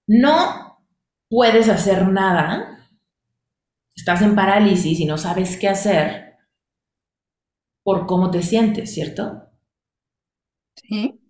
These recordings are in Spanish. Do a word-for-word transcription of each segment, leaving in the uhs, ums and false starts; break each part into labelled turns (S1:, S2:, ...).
S1: no puedes hacer nada, estás en parálisis y no sabes qué hacer por cómo te sientes, ¿cierto?
S2: Sí.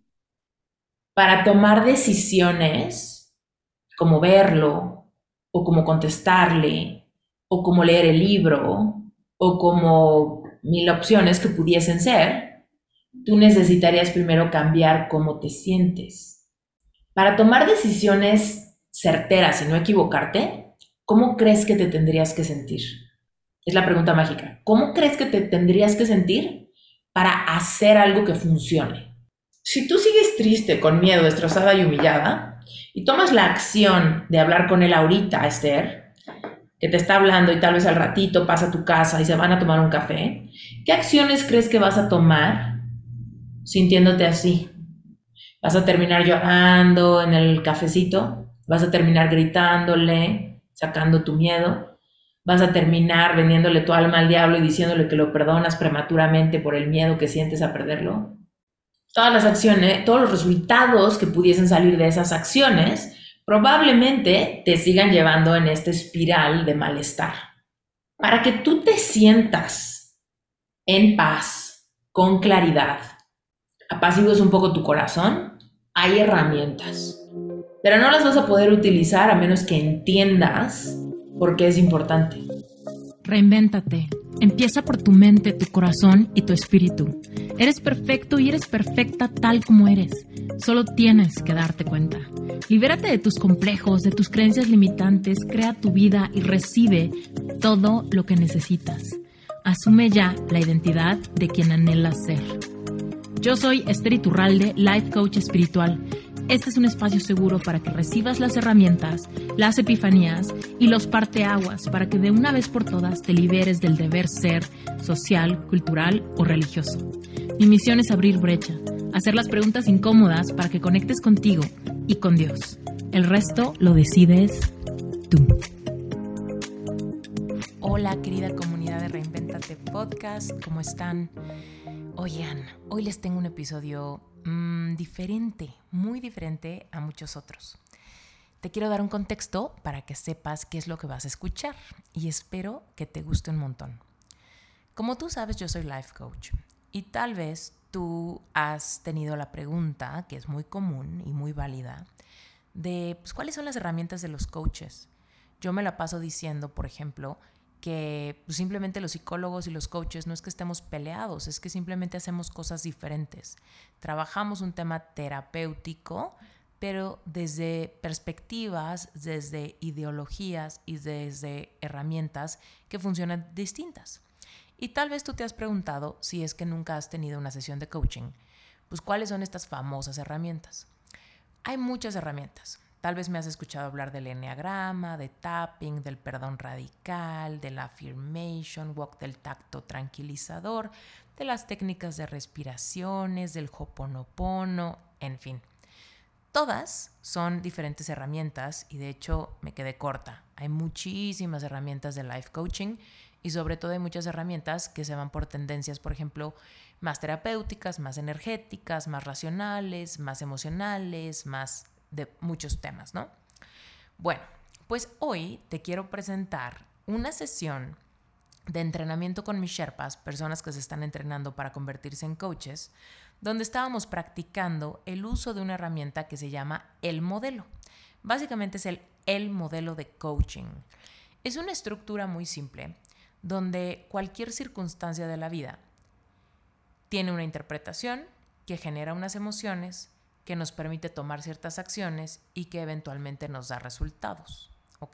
S1: Para tomar decisiones, como verlo, o como contestarle, o como leer el libro, o como mil opciones que pudiesen ser, tú necesitarías primero cambiar cómo te sientes. Para tomar decisiones certeras y no equivocarte, ¿cómo crees que te tendrías que sentir? Es la pregunta mágica. ¿Cómo crees que te tendrías que sentir para hacer algo que funcione? Si tú sigues triste, con miedo, destrozada y humillada, y tomas la acción de hablar con él ahorita, Esther, que te está hablando y tal vez al ratito pasa a tu casa y se van a tomar un café, ¿qué acciones crees que vas a tomar sintiéndote así? ¿Vas a terminar llorando en el cafecito? ¿Vas a terminar gritándole, sacando tu miedo? ¿Vas a terminar vendiéndole tu alma al diablo y diciéndole que lo perdonas prematuramente por el miedo que sientes a perderlo? Todas las acciones, todos los resultados que pudiesen salir de esas acciones, probablemente te sigan llevando en esta espiral de malestar. Para que tú te sientas en paz, con claridad, apacigues un poco tu corazón, hay herramientas, pero no las vas a poder utilizar a menos que entiendas por qué es importante.
S3: Reinvéntate. Empieza por tu mente, tu corazón y tu espíritu. Eres perfecto y eres perfecta tal como eres. Solo tienes que darte cuenta. Libérate de tus complejos, de tus creencias limitantes, crea tu vida y recibe todo lo que necesitas. Asume ya la identidad de quien anhelas ser. Yo soy Esther Iturralde, Life Coach Espiritual. Este es un espacio seguro para que recibas las herramientas, las epifanías y los parteaguas para que de una vez por todas te liberes del deber ser social, cultural o religioso. Mi misión es abrir brecha, hacer las preguntas incómodas para que conectes contigo y con Dios. El resto lo decides tú. Hola, querida comunidad de Reinvéntate Podcast, ¿cómo están? Oigan, hoy les tengo un episodio mmm, diferente, muy diferente a muchos otros. Te quiero dar un contexto para que sepas qué es lo que vas a escuchar y espero que te guste un montón. Como tú sabes, yo soy life coach y tal vez tú has tenido la pregunta, que es muy común y muy válida, de pues, cuáles son las herramientas de los coaches. Yo me la paso diciendo, por ejemplo, que pues, simplemente los psicólogos y los coaches no es que estemos peleados, es que simplemente hacemos cosas diferentes. Trabajamos un tema terapéutico, pero desde perspectivas, desde ideologías y desde herramientas que funcionan distintas. Y tal vez tú te has preguntado, si es que nunca has tenido una sesión de coaching, pues cuáles son estas famosas herramientas. Hay muchas herramientas. Tal vez me has escuchado hablar del enneagrama, de tapping, del perdón radical, del affirmation walk, del tacto tranquilizador, de las técnicas de respiraciones, del hoponopono, en fin. Todas son diferentes herramientas y de hecho me quedé corta. Hay muchísimas herramientas de life coaching y sobre todo hay muchas herramientas que se van por tendencias, por ejemplo, más terapéuticas, más energéticas, más racionales, más emocionales, más de muchos temas, ¿no? Bueno, pues hoy te quiero presentar una sesión de entrenamiento con mis Sherpas, personas que se están entrenando para convertirse en coaches, donde estábamos practicando el uso de una herramienta que se llama el modelo. Básicamente es el, el modelo de coaching. Es una estructura muy simple, donde cualquier circunstancia de la vida tiene una interpretación que genera unas emociones, que nos permite tomar ciertas acciones y que eventualmente nos da resultados, ¿ok?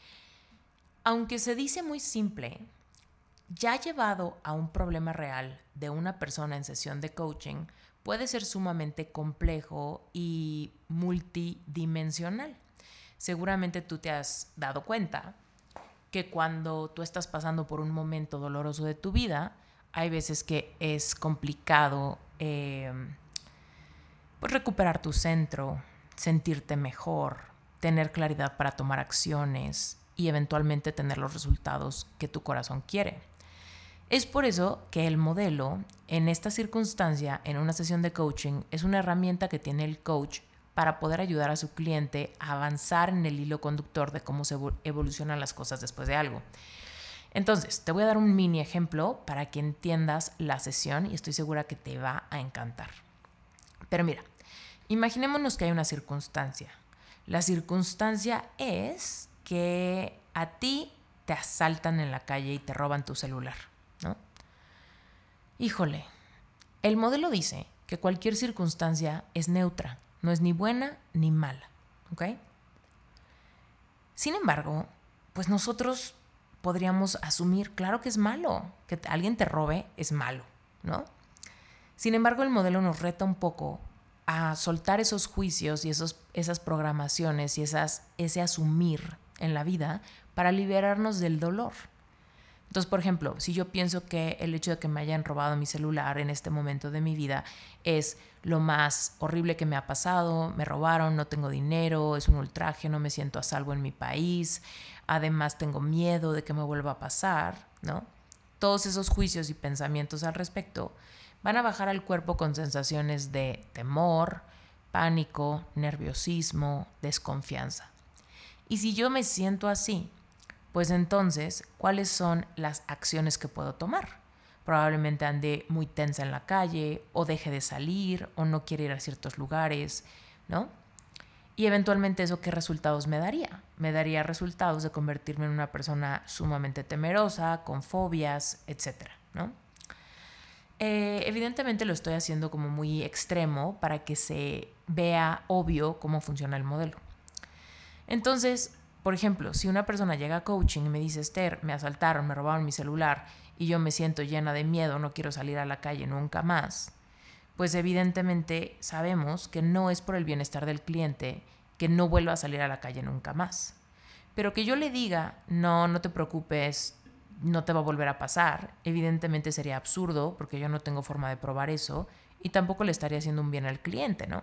S3: Aunque se dice muy simple, ya llevado a un problema real de una persona en sesión de coaching, puede ser sumamente complejo y multidimensional. Seguramente tú te has dado cuenta que cuando tú estás pasando por un momento doloroso de tu vida, hay veces que es complicado eh, pues recuperar tu centro, sentirte mejor, tener claridad para tomar acciones y eventualmente tener los resultados que tu corazón quiere. Es por eso que el modelo, en esta circunstancia, en una sesión de coaching, es una herramienta que tiene el coach para poder ayudar a su cliente a avanzar en el hilo conductor de cómo se evolucionan las cosas después de algo. Entonces, te voy a dar un mini ejemplo para que entiendas la sesión y estoy segura que te va a encantar. Pero mira, imaginémonos que hay una circunstancia. La circunstancia es que a ti te asaltan en la calle y te roban tu celular, ¿no? Híjole, el modelo dice que cualquier circunstancia es neutra, no es ni buena ni mala, ¿ok? Sin embargo, pues nosotros podríamos asumir, claro que es malo, que alguien te robe es malo, ¿no? Sin embargo, el modelo nos reta un poco a soltar esos juicios y esos, esas programaciones y esas, ese asumir en la vida para liberarnos del dolor. Entonces, por ejemplo, si yo pienso que el hecho de que me hayan robado mi celular en este momento de mi vida es lo más horrible que me ha pasado, me robaron, no tengo dinero, es un ultraje, no me siento a salvo en mi país, además tengo miedo de que me vuelva a pasar, ¿no? Todos esos juicios y pensamientos al respecto van a bajar al cuerpo con sensaciones de temor, pánico, nerviosismo, desconfianza. Y si yo me siento así, pues entonces, ¿cuáles son las acciones que puedo tomar? Probablemente ande muy tensa en la calle, o deje de salir, o no quiere ir a ciertos lugares, ¿no? Y eventualmente eso, ¿qué resultados me daría? Me daría resultados de convertirme en una persona sumamente temerosa, con fobias, etcétera, ¿no? Eh, evidentemente lo estoy haciendo como muy extremo para que se vea obvio cómo funciona el modelo. Entonces, por ejemplo, si una persona llega a coaching y me dice, Esther, me asaltaron, me robaron mi celular y yo me siento llena de miedo, no quiero salir a la calle nunca más, pues evidentemente sabemos que no es por el bienestar del cliente que no vuelva a salir a la calle nunca más. Pero que yo le diga, no, no te preocupes, no te va a volver a pasar, evidentemente sería absurdo porque yo no tengo forma de probar eso y tampoco le estaría haciendo un bien al cliente, ¿no?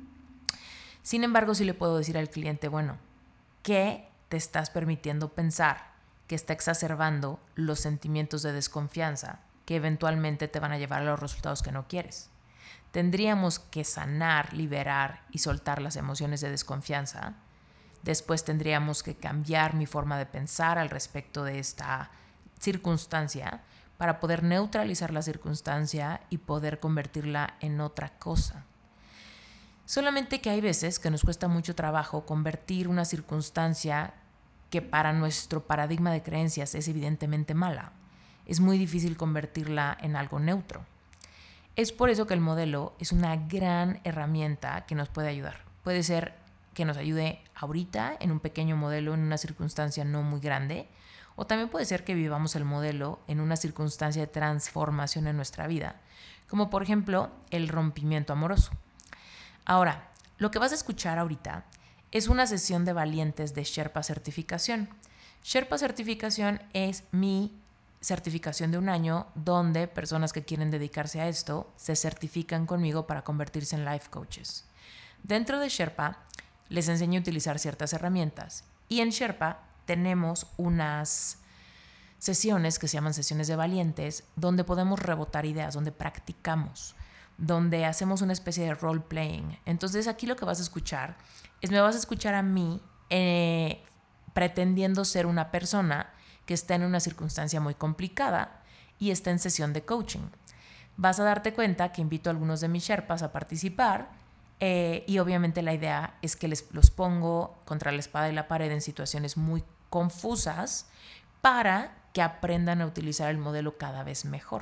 S3: Sin embargo, sí le puedo decir al cliente, bueno, ¿qué te estás permitiendo pensar que está exacerbando los sentimientos de desconfianza que eventualmente te van a llevar a los resultados que no quieres? Tendríamos que sanar, liberar y soltar las emociones de desconfianza. Después tendríamos que cambiar mi forma de pensar al respecto de esta circunstancia para poder neutralizar la circunstancia y poder convertirla en otra cosa. Solamente que hay veces que nos cuesta mucho trabajo convertir una circunstancia que para nuestro paradigma de creencias es evidentemente mala. Es muy difícil convertirla en algo neutro. Es por eso que el modelo es una gran herramienta que nos puede ayudar. Puede ser que nos ayude ahorita en un pequeño modelo, en una circunstancia no muy grande, o también puede ser que vivamos el modelo en una circunstancia de transformación en nuestra vida, como por ejemplo el rompimiento amoroso. Ahora, lo que vas a escuchar ahorita es una sesión de valientes de Sherpa Certificación. Sherpa Certificación es mi certificación de un año donde personas que quieren dedicarse a esto se certifican conmigo para convertirse en life coaches. Dentro de Sherpa les enseño a utilizar ciertas herramientas y en Sherpa tenemos unas sesiones que se llaman sesiones de valientes donde podemos rebotar ideas, donde practicamos, donde hacemos una especie de role playing. Entonces aquí lo que vas a escuchar es me vas a escuchar a mí eh, pretendiendo ser una persona que está en una circunstancia muy complicada y está en sesión de coaching. Vas a darte cuenta que invito a algunos de mis Sherpas a participar eh, y obviamente la idea es que les los pongo contra la espada y la pared en situaciones muy confusas para que aprendan a utilizar el modelo cada vez mejor.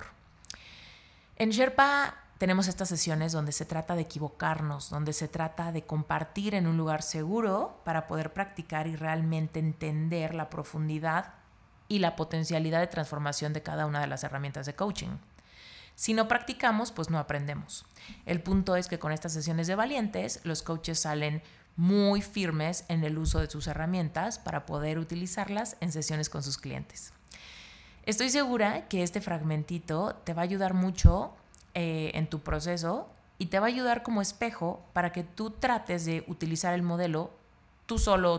S3: En Sherpa tenemos estas sesiones donde se trata de equivocarnos, donde se trata de compartir en un lugar seguro para poder practicar y realmente entender la profundidad y la potencialidad de transformación de cada una de las herramientas de coaching. Si no practicamos, pues no aprendemos. El punto es que con estas sesiones de valientes, los coaches salen muy firmes en el uso de sus herramientas para poder utilizarlas en sesiones con sus clientes. Estoy segura que este fragmentito te va a ayudar mucho eh, en tu proceso y te va a ayudar como espejo para que tú trates de utilizar el modelo tú solo o tú sola en alguna circunstancia que esté pasando ahorita en tu vida.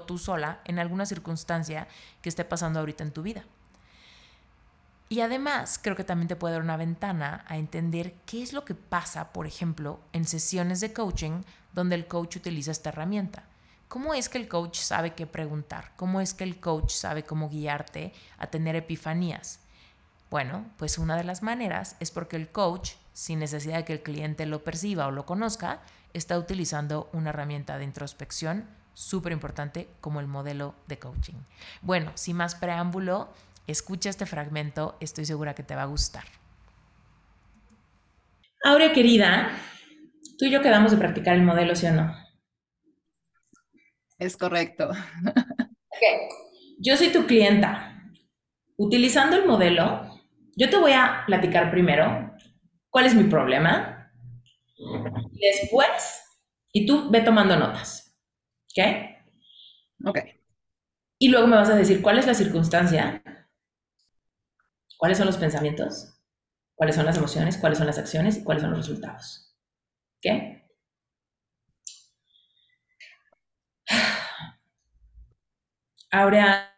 S3: Y además creo que también te puede dar una ventana a entender qué es lo que pasa, por ejemplo, en sesiones de coaching donde el coach utiliza esta herramienta. ¿Cómo es que el coach sabe qué preguntar? ¿Cómo es que el coach sabe cómo guiarte a tener epifanías? Bueno, pues una de las maneras es porque el coach, sin necesidad de que el cliente lo perciba o lo conozca, está utilizando una herramienta de introspección súper importante como el modelo de coaching. Bueno, sin más preámbulo, escucha este fragmento, estoy segura que te va a gustar.
S1: Aurea querida, tú y yo quedamos de practicar el modelo, ¿sí o no?
S2: Es correcto.
S1: Ok. Yo soy tu clienta. Utilizando el modelo, yo te voy a platicar primero cuál es mi problema. Después, y tú ve tomando notas. ¿Ok?
S2: Ok.
S1: Y luego me vas a decir cuál es la circunstancia, cuáles son los pensamientos, cuáles son las emociones, cuáles son las acciones y cuáles son los resultados. ¿Ok? Ahora,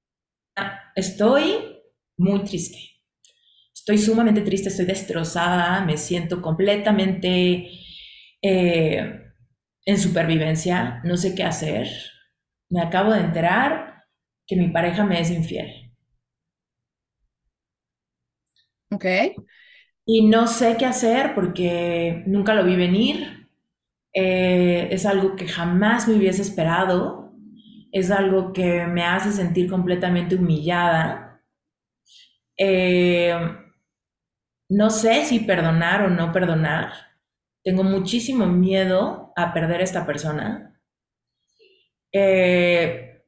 S1: estoy muy triste. Estoy sumamente triste, estoy destrozada, me siento completamente eh, en supervivencia, no sé qué hacer. Me acabo de enterar que mi pareja me es infiel.
S2: Ok.
S1: Y no sé qué hacer porque nunca lo vi venir. Eh, es algo que jamás me hubiese esperado. Es algo que me hace sentir completamente humillada. Eh, no sé si perdonar o no perdonar. Tengo muchísimo miedo a perder a esta persona. Eh,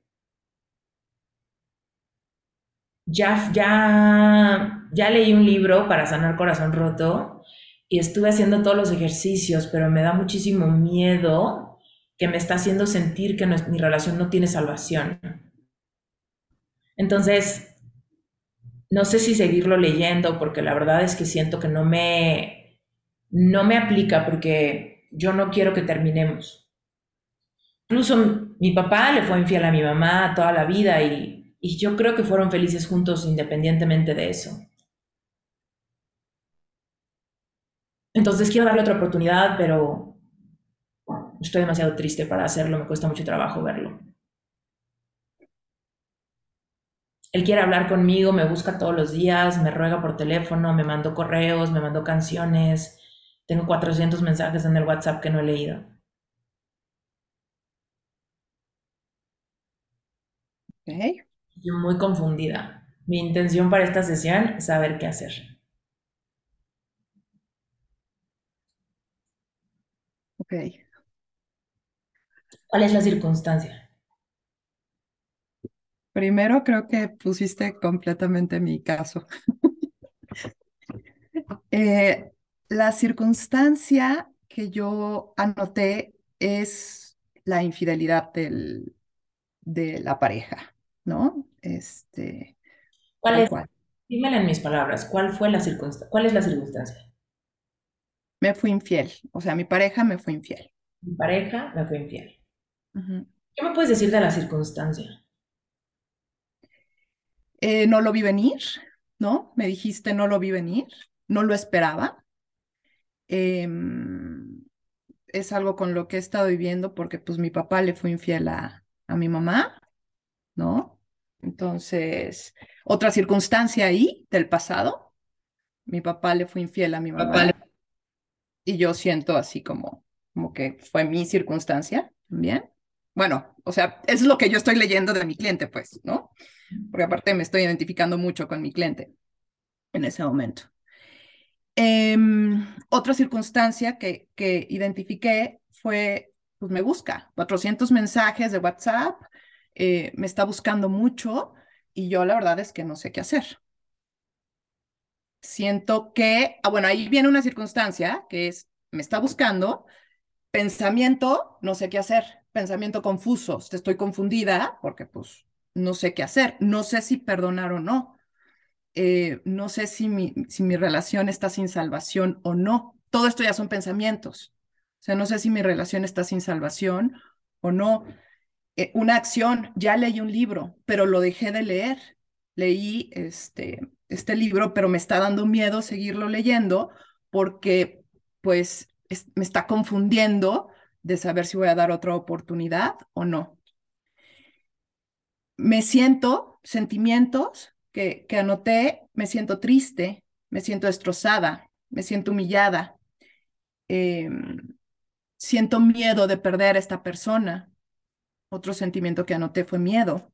S1: ya, ya, ya leí un libro para sanar corazón roto y estuve haciendo todos los ejercicios, pero me da muchísimo miedo que me está haciendo sentir que no, mi relación no tiene salvación. Entonces, no sé si seguirlo leyendo porque la verdad es que siento que no me, no me aplica porque yo no quiero que terminemos. Incluso mi papá le fue infiel a mi mamá toda la vida y, y yo creo que fueron felices juntos independientemente de eso. Entonces quiero darle otra oportunidad, pero estoy demasiado triste para hacerlo, me cuesta mucho trabajo verlo. Él quiere hablar conmigo, me busca todos los días, me ruega por teléfono, me mandó correos, me mandó canciones. Tengo cuatrocientos mensajes en el WhatsApp que no he leído.
S2: Ok.
S1: Estoy muy confundida. Mi intención para esta sesión es saber qué hacer.
S2: Ok.
S1: ¿Cuál es la circunstancia?
S2: Primero creo que pusiste completamente mi caso. Eh, la circunstancia que yo anoté es la infidelidad del, de la pareja, ¿no? Este,
S1: ¿Cuál
S2: tal
S1: es?
S2: cual.
S1: Dímela en mis palabras. ¿Cuál fue la circunstancia? ¿Cuál es la circunstancia?
S2: Me fui infiel, o sea, mi pareja me fue infiel.
S1: Mi pareja me fue infiel.
S2: Ujú.
S1: ¿Qué me puedes decir de la circunstancia?
S2: Eh, no lo vi venir, ¿no? Me dijiste no lo vi venir, no lo esperaba. Em, es algo con lo que he estado viviendo porque pues mi papá le fue infiel a, a mi mamá, ¿no? Entonces, otra circunstancia ahí del pasado, mi papá le fue infiel a mi
S1: Papá,
S2: mamá y yo siento así como, como que fue mi circunstancia también. Bueno, o sea, es lo que yo estoy leyendo de mi cliente, pues, ¿no? Porque aparte me estoy identificando mucho con mi cliente en ese momento. Eh, otra circunstancia que, que identifiqué fue, pues me busca, cuatrocientos mensajes de WhatsApp, eh, me está buscando mucho y yo la verdad es que no sé qué hacer. Siento que, ah, bueno, ahí viene una circunstancia que es, me está buscando, pensamiento, no sé qué hacer, pensamiento confuso, estoy confundida porque pues no sé qué hacer, no sé si perdonar o no. Eh, no sé si mi, si mi relación está sin salvación o no. Todo esto ya son pensamientos. O sea, no sé si mi relación está sin salvación o no. Eh, una acción, ya leí un libro, pero lo dejé de leer. Leí este, este libro, pero me está dando miedo seguirlo leyendo porque pues es, me está confundiendo de saber si voy a dar otra oportunidad o no. Me siento, sentimientos que, que anoté, me siento triste, me siento destrozada, me siento humillada, eh, siento miedo de perder a esta persona. Otro sentimiento que anoté fue miedo.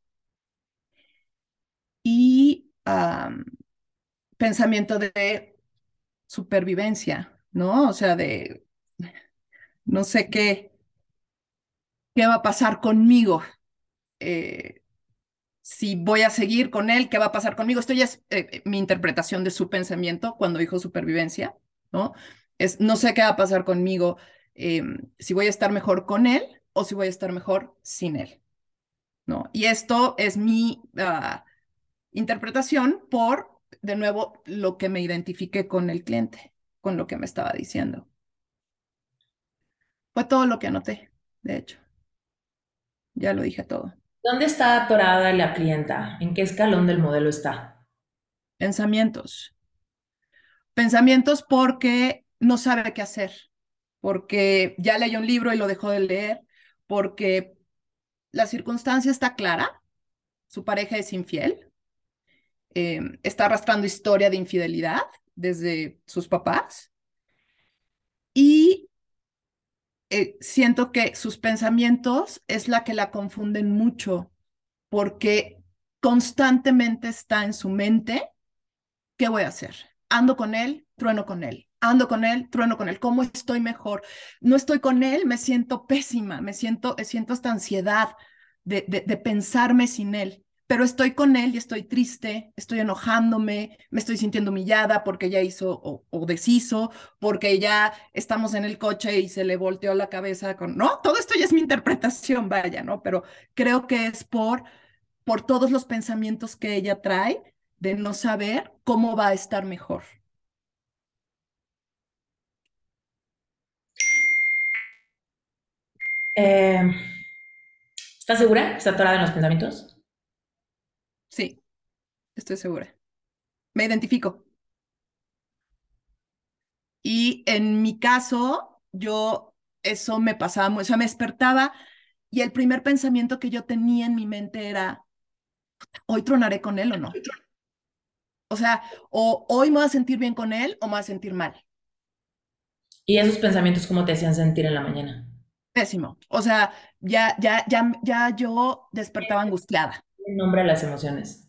S2: Y um, pensamiento de supervivencia, ¿no? O sea, de no sé qué, qué va a pasar conmigo, eh, si voy a seguir con él, qué va a pasar conmigo. Esto ya es eh, mi interpretación de su pensamiento cuando dijo supervivencia, ¿no? Es, no sé qué va a pasar conmigo, eh, si voy a estar mejor con él o si voy a estar mejor sin él, ¿no? Y esto es mi uh, interpretación por, de nuevo, lo que me identifique con el cliente, con lo que me estaba diciendo. Fue todo lo que anoté, de hecho. Ya lo dije todo.
S1: ¿Dónde está atorada la clienta? ¿En qué escalón del modelo está?
S2: Pensamientos. Pensamientos porque no sabe qué hacer, porque ya leyó un libro y lo dejó de leer, porque la circunstancia está clara, su pareja es infiel, eh, está arrastrando historia de infidelidad desde sus papás y eh, siento que sus pensamientos es la que la confunden mucho porque constantemente está en su mente. ¿Qué voy a hacer? Ando con él, trueno con él. Ando con él, trueno con él. ¿Cómo estoy mejor? No estoy con él, me siento pésima, me siento, siento esta ansiedad de, de, de pensarme sin él. Pero estoy con él y estoy triste, estoy enojándome, me estoy sintiendo humillada porque ya hizo o, o deshizo, porque ya estamos en el coche y se le volteó la cabeza con... No, todo esto ya es mi interpretación, vaya, ¿no? Pero creo que es por, por todos los pensamientos que ella trae de no saber cómo va a estar mejor.
S1: Eh, ¿Estás segura que está atorada en los pensamientos?
S2: Sí, estoy segura. Me identifico. Y en mi caso, yo, eso me pasaba, muy- o sea, me despertaba y el primer pensamiento que yo tenía en mi mente era, ¿hoy tronaré con él o no? O sea, o hoy me voy a sentir bien con él o me voy a sentir mal.
S1: ¿Y esos pensamientos cómo te hacían sentir en la mañana?
S2: Pésimo. O sea, ya, ya, ya, ya yo despertaba angustiada.
S1: El nombre de las emociones.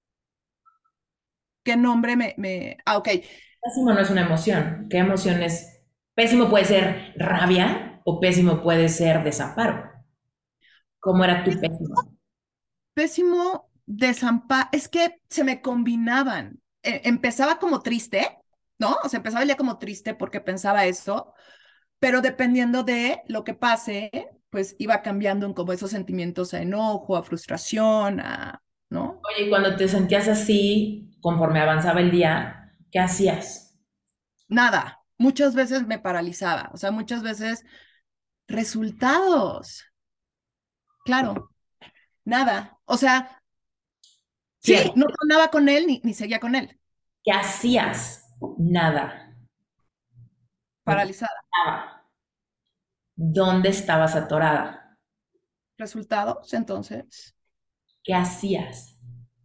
S2: ¿Qué nombre me, me... Ah, ok.
S1: Pésimo no es una emoción. ¿Qué emoción es? Pésimo puede ser rabia o pésimo puede ser desamparo. ¿Cómo era tu pésimo?
S2: Pésimo desamparo, es que se me combinaban. E- empezaba como triste, ¿no? O sea, empezaba el día como triste porque pensaba eso, pero dependiendo de lo que pase, pues iba cambiando en como esos sentimientos a enojo, a frustración, a, ¿no?
S1: Oye, y cuando te sentías así, conforme avanzaba el día, ¿qué hacías?
S2: Nada. Muchas veces me paralizaba, o sea, muchas veces resultados, claro, nada. O sea,
S1: ¿Qué,
S2: sí, no sonaba con él ni, ni seguía con él,
S1: qué hacías? Nada. No
S2: paralizada.
S1: pasaba. ¿Dónde estabas atorada?
S2: Resultados, entonces,
S1: ¿Qué hacías?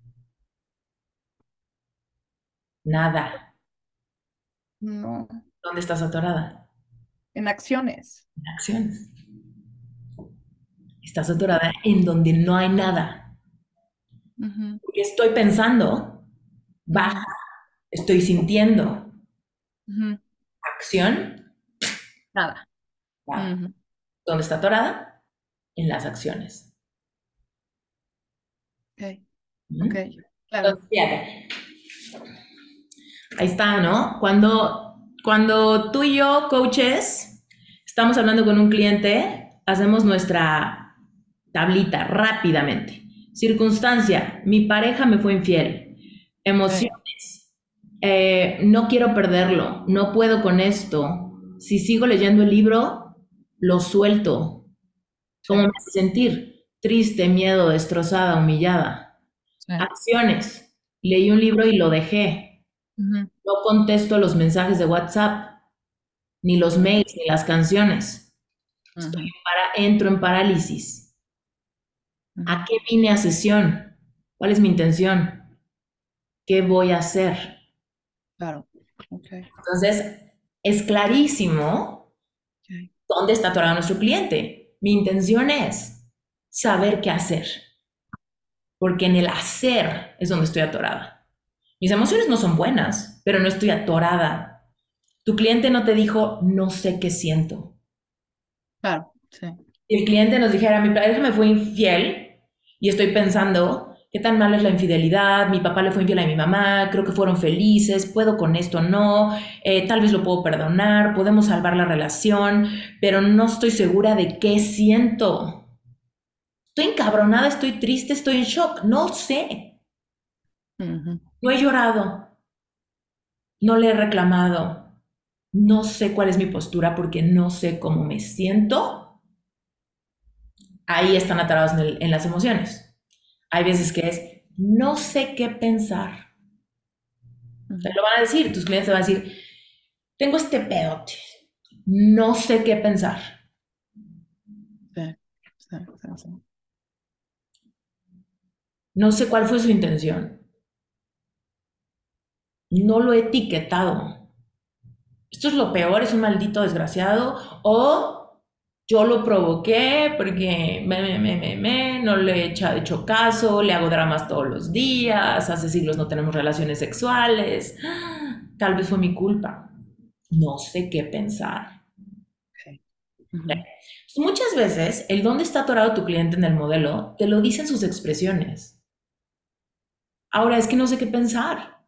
S1: Nada.
S2: no,
S1: ¿Dónde estás atorada?
S2: en acciones.
S1: En acciones. Estás atorada en donde no hay nada.
S2: Ujú,
S1: Porque estoy pensando, baja,
S2: ujú,
S1: estoy sintiendo.
S2: ujú.
S1: Acción,
S2: Nada.
S1: baja.
S2: Ujú.
S1: ¿Dónde está atorada? En las acciones.
S2: Ok, ok,
S1: ¿Mm?
S2: claro.
S1: Entonces, fíjate, ahí está, ¿no? Cuando, cuando tú y yo, coaches, estamos hablando con un cliente, hacemos nuestra tablita rápidamente. Circunstancia, mi pareja me fue infiel.
S2: Sí,
S1: Emociones, eh, no quiero perderlo, no puedo con esto. Si sigo leyendo el libro, lo suelto. ¿Cómo me
S2: sí,
S1: hace sentir? Triste, miedo, destrozada, humillada.
S2: sí.
S1: Acciones. Leí un libro y lo dejé.
S2: Ujú,
S1: No contesto los mensajes de WhatsApp, ni los
S2: ujú,
S1: mails, ni las canciones. Estoy
S2: ujú,
S1: en para- entro en parálisis. ¿A
S2: ujú.
S1: qué vine a sesión? ¿Cuál es mi intención? ¿Qué voy a hacer?
S2: Claro. Ok.
S1: Entonces, es clarísimo
S2: Ok.
S1: dónde está atorado nuestro cliente. Mi intención es saber qué hacer, porque en el hacer es donde estoy atorada. Mis emociones no son buenas, pero no estoy atorada. Tu cliente no te dijo, no sé qué siento.
S2: Claro. Sí.
S1: Si el cliente nos dijera, mi pareja me fue infiel y estoy pensando, ¿qué tan mal es la infidelidad? Mi papá le fue infiel a mi mamá, creo que fueron felices, puedo con esto, no, eh, tal vez lo puedo perdonar, podemos salvar la relación, pero no estoy segura de qué siento. Estoy encabronada, estoy triste, estoy en shock, no sé,
S2: Ujú.
S1: no he llorado, no le he reclamado, no sé cuál es mi postura porque no sé cómo me siento. Ahí están atorados en, el- en las emociones. Hay veces que es, no sé qué pensar. Te
S2: Ujú.
S1: lo van a decir, tus clientes te van a decir, tengo este pedote, no sé qué pensar.
S2: Sí. Sí, sí, sí.
S1: No sé cuál fue su intención. No lo he etiquetado. Esto es lo peor, es un maldito desgraciado. O yo lo provoqué porque me, me, me, me, me, no le he hecho, hecho caso, le hago dramas todos los días, hace siglos no tenemos relaciones sexuales. Tal vez fue mi culpa. No sé qué pensar.
S2: Ok. Ujú.
S1: Muchas veces el dónde está atorado tu cliente en el modelo te lo dicen sus expresiones. Ahora es que no sé qué pensar.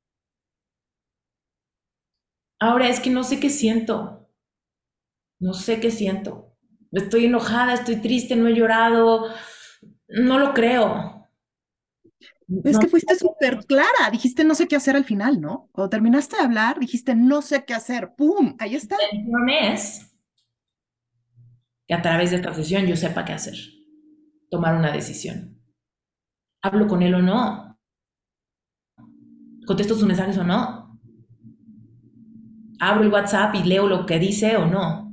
S1: Ahora es que no sé qué siento. No sé qué siento. Estoy enojada, estoy triste, no he llorado. No lo creo.
S2: Es
S1: No,
S2: que fuiste súper clara, dijiste no sé qué hacer al final, ¿no? Cuando terminaste de hablar, dijiste no sé qué hacer, ¡pum! Ahí está.
S1: la intención es que a través de esta sesión yo sepa qué hacer. Tomar una decisión. ¿Hablo con él o no? ¿Contesto sus mensajes o no? ¿Abro el WhatsApp y leo lo que dice o no?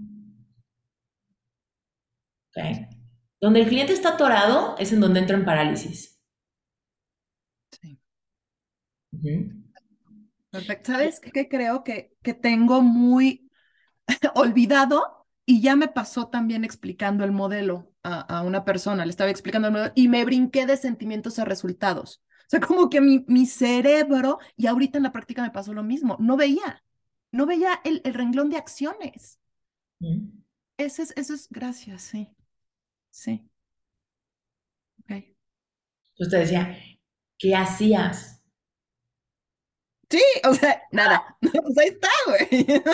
S1: ¿Okay? Donde el cliente está atorado es en donde entra en parálisis.
S2: Sí.
S1: Ujú.
S2: Perfecto. ¿Sabes qué, qué creo que, que tengo muy olvidado? Y ya me pasó también explicando el modelo a, a una persona, le estaba explicando el modelo y me brinqué de sentimientos a resultados. O sea, como que mi, mi cerebro, y ahorita en la práctica me pasó lo mismo, no veía, no veía el, el renglón de acciones.
S1: Ujú.
S2: Ese es, eso es, gracias, sí, sí, ok.
S1: Entonces te decía, ¿qué hacías?
S2: Sí, o sea, nada, pues ahí está, güey.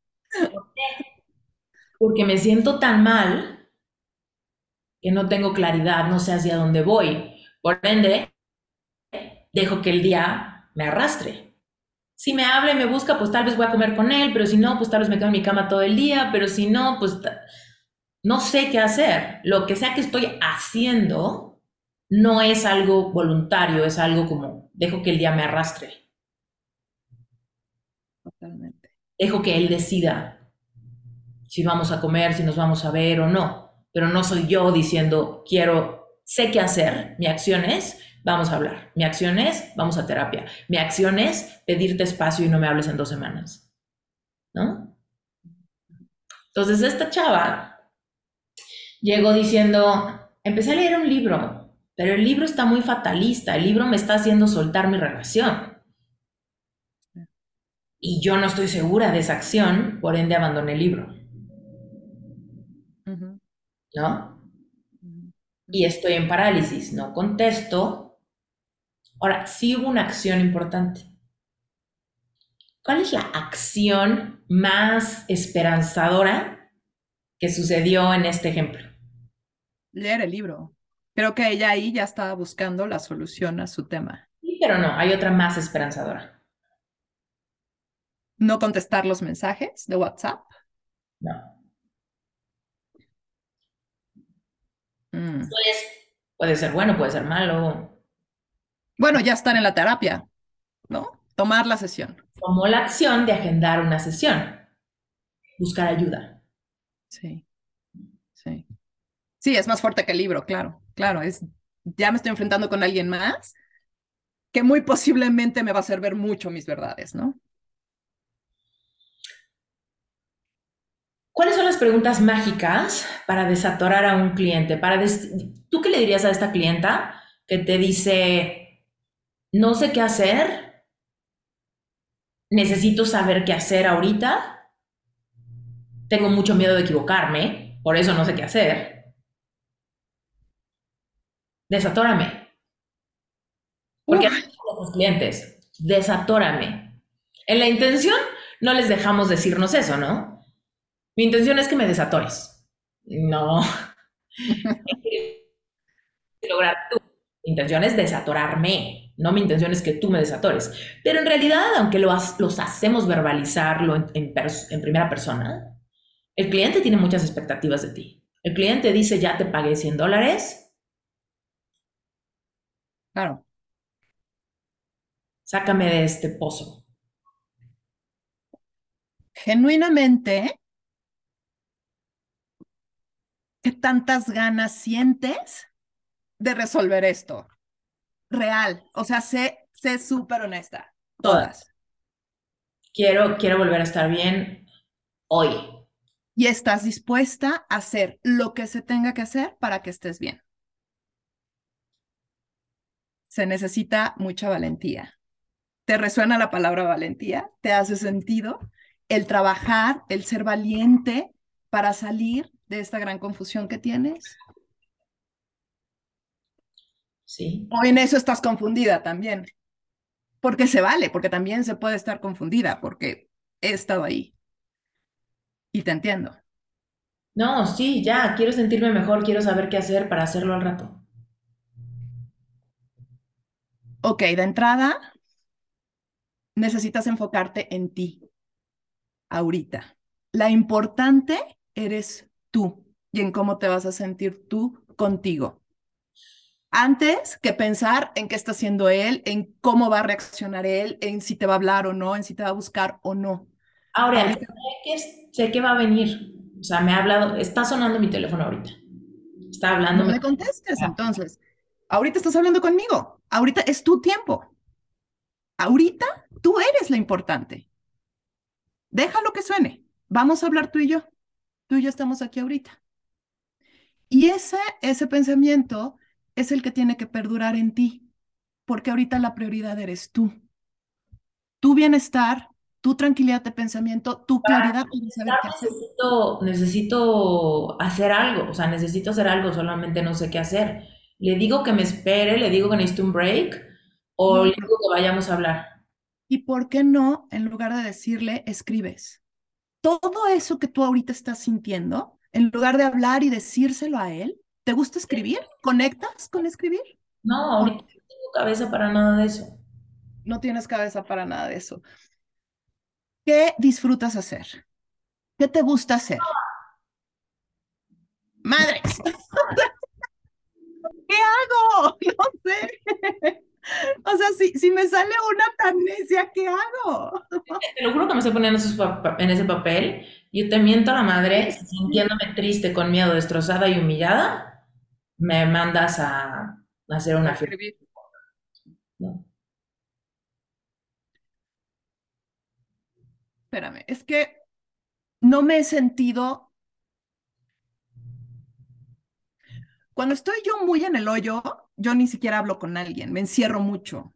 S1: Porque me siento tan mal que no tengo claridad, no sé hacia dónde voy. Por ende, dejo que el día me arrastre. Si me habla y me busca, pues tal vez voy a comer con él, pero si no, pues tal vez me quedo en mi cama todo el día, pero si no, pues no sé qué hacer. Lo que sea que estoy haciendo no es algo voluntario, es algo como dejo que el día me arrastre,
S2: Totalmente.
S1: dejo que él decida si vamos a comer, si nos vamos a ver o no. Pero no soy yo diciendo, quiero, sé qué hacer. Mi acción es, vamos a hablar. Mi acción es, vamos a terapia. Mi acción es pedirte espacio y no me hables en dos semanas. ¿No? Entonces esta chava llegó diciendo, empecé a leer un libro, pero el libro está muy fatalista. El libro me está haciendo soltar mi relación. Y yo no estoy segura de esa acción, por ende abandoné el libro.
S2: Ujú,
S1: ¿No?
S2: ujú,
S1: Y
S2: ujú.
S1: estoy en parálisis, no contesto. Ahora, sí hubo una acción importante. ¿Cuál es la acción más esperanzadora que sucedió en este ejemplo?
S2: Leer el libro. Creo que ella ahí ya estaba buscando la solución a su tema.
S1: Sí, pero no, hay otra más esperanzadora.
S2: No contestar los mensajes de WhatsApp.
S1: No.
S2: Mm,
S1: Pues, puede ser bueno, puede ser malo.
S2: Bueno, ya estar en la terapia, ¿no? Tomar la sesión.
S1: Tomó la acción de agendar una sesión, buscar ayuda.
S2: Sí, sí. Sí, es más fuerte que el libro, claro, claro. Es, ya me estoy enfrentando con alguien más que muy posiblemente me va a hacer ver mucho mis verdades, ¿no?
S1: ¿Cuáles son las preguntas mágicas para desatorar a un cliente? Para des- ¿Tú qué le dirías a esta clienta que te dice, no sé qué hacer, necesito saber qué hacer ahorita, tengo mucho miedo de equivocarme, por eso no sé qué hacer? Desatórame. Porque
S2: Uf,
S1: así son los clientes, desatórame. En la intención no les dejamos decirnos eso, ¿no? Mi intención es que me desatores. No, lograr tú. Mi intención es desatorarme, no mi intención es que tú me desatores. Pero en realidad, aunque lo has- los hacemos verbalizarlo en, en pers- en primera persona, el cliente tiene muchas expectativas de ti. El cliente dice, ya te pagué cien dólares,
S2: claro.
S1: sácame de este pozo.
S2: Genuinamente, ¿qué tantas ganas sientes de resolver esto? Real. O sea, sé, sé súper honesta.
S1: Todas.
S2: Todas.
S1: Quiero, quiero volver a estar bien hoy.
S2: Y estás dispuesta a hacer lo que se tenga que hacer para que estés bien. Se necesita mucha valentía. ¿Te resuena la palabra valentía? ¿Te hace sentido el trabajar, el ser valiente para salir de esta gran confusión que tienes?
S1: ¿Sí?
S2: ¿O en eso estás confundida también? Porque se vale, porque también se puede estar confundida, porque he estado ahí y te entiendo.
S1: No, sí, ya, quiero sentirme mejor, quiero saber qué hacer para hacerlo al rato.
S2: Ok, de entrada, necesitas enfocarte en ti ahorita. La importante eres tú y en cómo te vas a sentir tú contigo. Antes que pensar en qué está haciendo él, en cómo va a reaccionar él, en si te va a hablar o no, en si te va a buscar o no.
S1: Ahora, sé
S2: Ahorita
S1: que, es- sé que va a venir. O sea, me ha hablado, está sonando mi teléfono ahorita. Está
S2: no
S1: hablándome.
S2: le contestes entonces. Ahorita estás hablando conmigo. Ahorita es tu tiempo. Ahorita tú eres la importante. Déjalo que suene. Vamos a hablar tú y yo. Tú y yo estamos aquí ahorita. Y ese, ese pensamiento es el que tiene que perdurar en ti, porque ahorita la prioridad eres tú. Tu bienestar, tu tranquilidad de pensamiento, tu claridad para saber qué hacer.
S1: Necesito, necesito hacer algo, o sea, necesito hacer algo, solamente no sé qué hacer. Le digo que me espere, le digo que necesito un break, o le
S2: No,
S1: digo que vayamos a hablar.
S2: ¿y por qué no, en lugar de decirle, escribes? Todo eso que tú ahorita estás sintiendo, en lugar de hablar y decírselo a él, ¿te gusta escribir? ¿Conectas con escribir?
S1: No,
S2: ¿O
S1: ahorita no tengo cabeza para nada de eso.
S2: no tienes cabeza para nada de eso? ¿Qué disfrutas hacer? ¿Qué te gusta hacer? Madres, ¿qué hago? No sé. O sea, si, si me sale una amnesia, ¿qué hago?
S1: Te lo juro que me estoy poniendo esos pa- en ese papel. Yo te miento a la madre, si sintiéndome triste, con miedo, destrozada y humillada, me mandas a, a hacer
S2: A
S1: una fiesta.
S2: escribir.
S1: ¿No?
S2: Espérame, es que no me he sentido. Cuando estoy yo muy en el hoyo, yo ni siquiera hablo con alguien, me encierro mucho.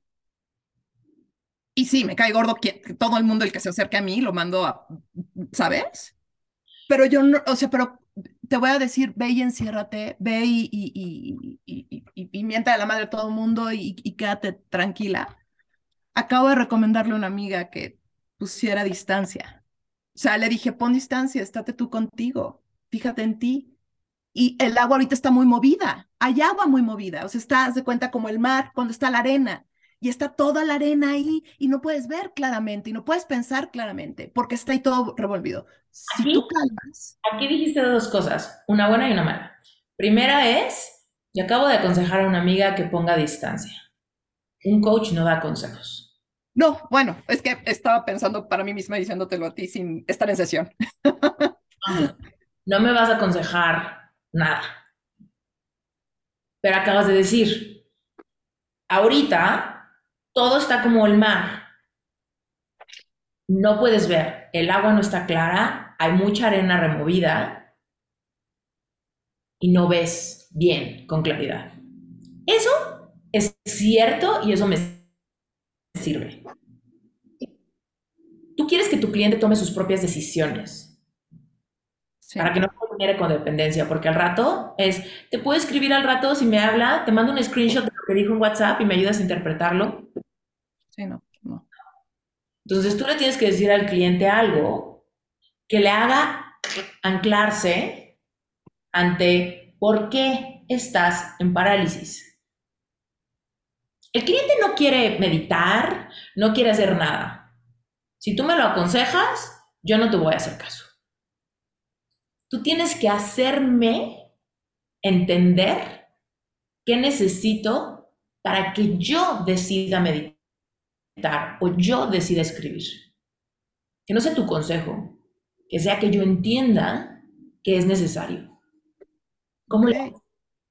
S2: Y sí, me cae gordo que, que todo el mundo el que se acerque a mí lo mando a, ¿sabes? Pero yo no, o sea, pero te voy a decir, ve y enciérrate, ve y, y, y, y, y, y, y mienta a la madre a todo el mundo y, y quédate tranquila. Acabo de recomendarle a una amiga que pusiera distancia. O sea, le dije, pon distancia, estate tú contigo, fíjate en ti. Y el agua ahorita está muy movida, hay agua muy movida, o sea, estás de cuenta como el mar cuando está la arena y está toda la arena ahí y no puedes ver claramente y no puedes pensar claramente porque está ahí todo revolvido. Si
S1: Aquí,
S2: tú calmas,
S1: aquí dijiste dos cosas, una buena y una mala. Primera es, yo acabo de aconsejar a una amiga que ponga distancia. Un coach no da consejos.
S2: No, bueno, es que estaba pensando para mí misma diciéndotelo a ti sin estar en sesión.
S1: No me vas a aconsejar nada. Pero acabas de decir, ahorita todo está como el mar. No puedes ver, el agua no está clara, hay mucha arena removida y no ves bien, con claridad. Eso es cierto y eso me sirve. Tú quieres que tu cliente tome sus propias decisiones
S2: Sí,
S1: para que no se genere codependencia, porque al rato es, te puedo escribir al rato si me habla, te mando un screenshot de lo que dijo en WhatsApp y me ayudas a interpretarlo.
S2: sí, no, no.
S1: Entonces tú le tienes que decir al cliente algo que le haga anclarse ante por qué estás en parálisis. El cliente no quiere meditar, no quiere hacer nada. Si tú me lo aconsejas, yo no te voy a hacer caso. Tú tienes que hacerme entender qué necesito para que yo decida meditar o yo decida escribir. Que no sea tu consejo, que sea que yo entienda que es necesario. ¿Cómo le
S2: Ok.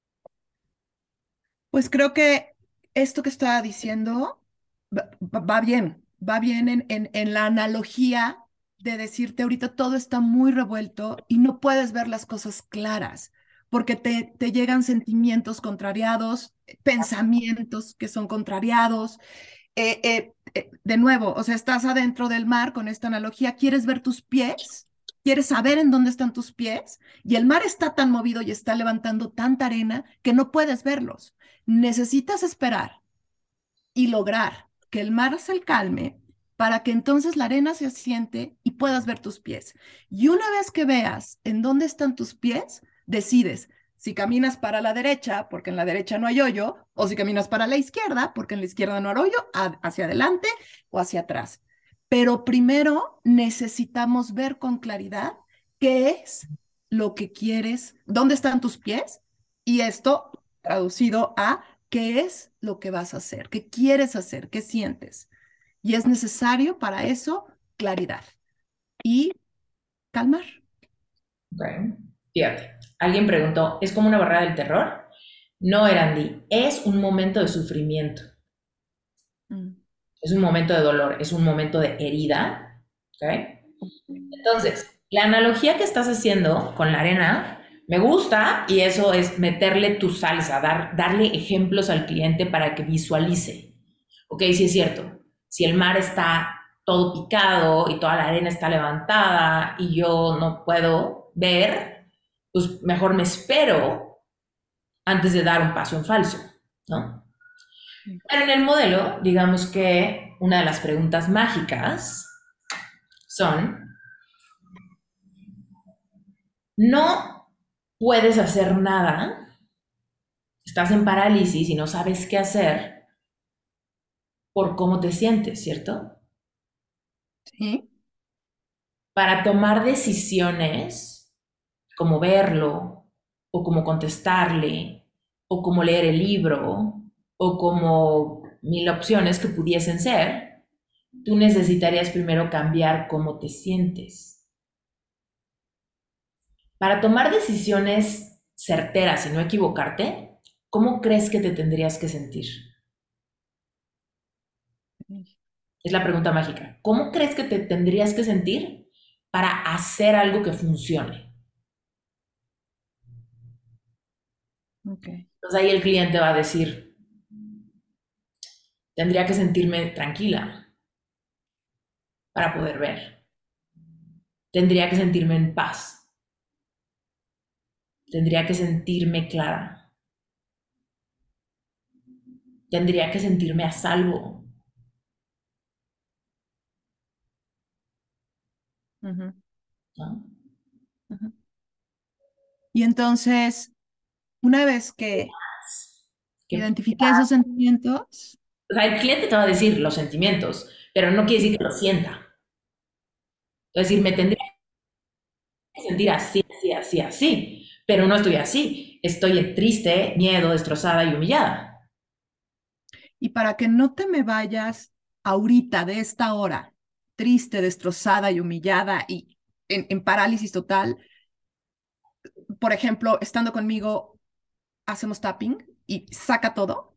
S2: Pues creo que esto que estaba diciendo va, va- va bien, va bien en, en, en la analogía de decirte ahorita todo está muy revuelto y no puedes ver las cosas claras, porque te, te llegan sentimientos contrariados, pensamientos que son contrariados. Eh, eh, eh, de nuevo, o sea, estás adentro del mar con esta analogía, ¿quieres ver tus pies? ¿Quieres saber en dónde están tus pies? Y el mar está tan movido y está levantando tanta arena que no puedes verlos. Necesitas esperar y lograr que el mar se calme para que entonces la arena se asiente y puedas ver tus pies. Y una vez que veas en dónde están tus pies, decides si caminas para la derecha, porque en la derecha no hay hoyo, o si caminas para la izquierda, porque en la izquierda no hay hoyo, hacia adelante o hacia atrás. Pero primero necesitamos ver con claridad qué es lo que quieres, dónde están tus pies, y esto traducido a qué es lo que vas a hacer, qué quieres hacer, qué sientes. Y es necesario para eso claridad y calmar.
S1: Okay. Fíjate, alguien preguntó, ¿es como una barrera del terror? No, Erandi, es un momento de sufrimiento,
S2: Mm.
S1: es un momento de dolor, es un momento de herida. ¿Okay? Entonces, la analogía que estás haciendo con la arena me gusta y eso es meterle tu salsa, dar, darle ejemplos al cliente para que visualice. Ok, sí es cierto, si el mar está todo picado y toda la arena está levantada y yo no puedo ver, pues mejor me espero antes de dar un paso en falso, ¿no? Pero en el modelo, digamos que una de las preguntas mágicas son, no puedes hacer nada, estás en parálisis y no sabes qué hacer por cómo te sientes, ¿cierto?
S2: Sí.
S1: Para tomar decisiones, como verlo, o como contestarle, o como leer el libro, o como mil opciones que pudiesen ser, tú necesitarías primero cambiar cómo te sientes. Para tomar decisiones certeras y no equivocarte, ¿cómo crees que te tendrías que sentir? Es la pregunta mágica. ¿Cómo crees que te tendrías que sentir para hacer algo que funcione?
S2: Okay.
S1: Entonces ahí el cliente va a decir, tendría que sentirme tranquila para poder ver. Tendría que sentirme en paz. Tendría que sentirme clara. Tendría que sentirme a salvo.
S2: Uh-huh.
S1: ¿No?
S2: Uh-huh. Y entonces, una vez que
S1: Que,
S2: identifiqué esos sentimientos,
S1: o sea, el cliente te va a decir los sentimientos, pero no quiere decir que lo sienta. Es decir, me tendría que sentir así, así, así, así, pero no estoy así. Estoy triste, miedo, destrozada y humillada.
S2: Y para que no te me vayas ahorita, de esta hora, triste, destrozada y humillada y en, en parálisis total, por ejemplo, estando conmigo, hacemos tapping y saca todo.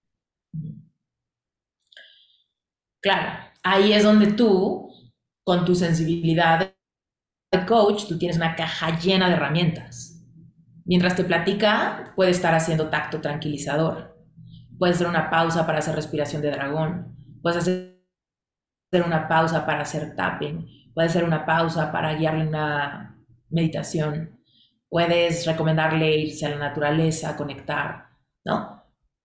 S1: Claro, ahí es donde tú, con tu sensibilidad de coach, tú tienes una caja llena de herramientas. Mientras te platica, puede estar haciendo tacto tranquilizador. Puede hacer una pausa para hacer respiración de dragón. Puedes hacer una pausa para hacer tapping. Puedes hacer una pausa para guiarle una meditación. Puedes recomendarle irse a la naturaleza, conectar, ¿no?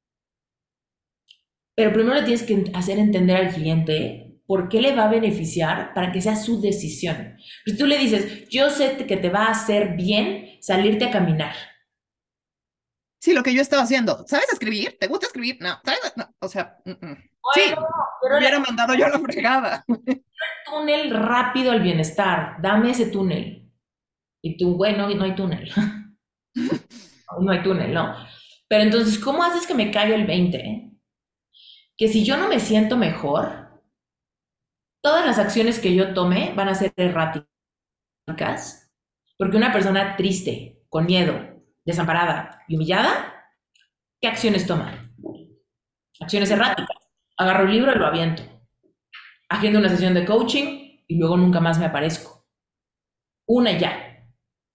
S1: Pero primero le tienes que hacer entender al cliente por qué le va a beneficiar para que sea su decisión. Si tú le dices, yo sé que te va a hacer bien salirte a caminar.
S2: Sí, lo que yo estaba haciendo. ¿Sabes escribir? ¿Te gusta escribir? No. ¿Sabes? No. O sea, mm, mm. Sí,
S1: Bueno, pero
S2: hubiera
S1: la-
S2: mandado yo a la fregada.
S1: túnel rápido al bienestar. Dame ese túnel. Y tú, bueno, no hay túnel. No hay túnel, ¿no? Pero entonces, ¿cómo haces que me caiga el veinte? eh? Que si yo no me siento mejor, todas las acciones que yo tome van a ser erráticas. Porque una persona triste, con miedo, desamparada y humillada, ¿qué acciones toma? Acciones erráticas. Agarro el libro y lo aviento. Agendo una sesión de coaching y luego nunca más me aparezco. Una y ya.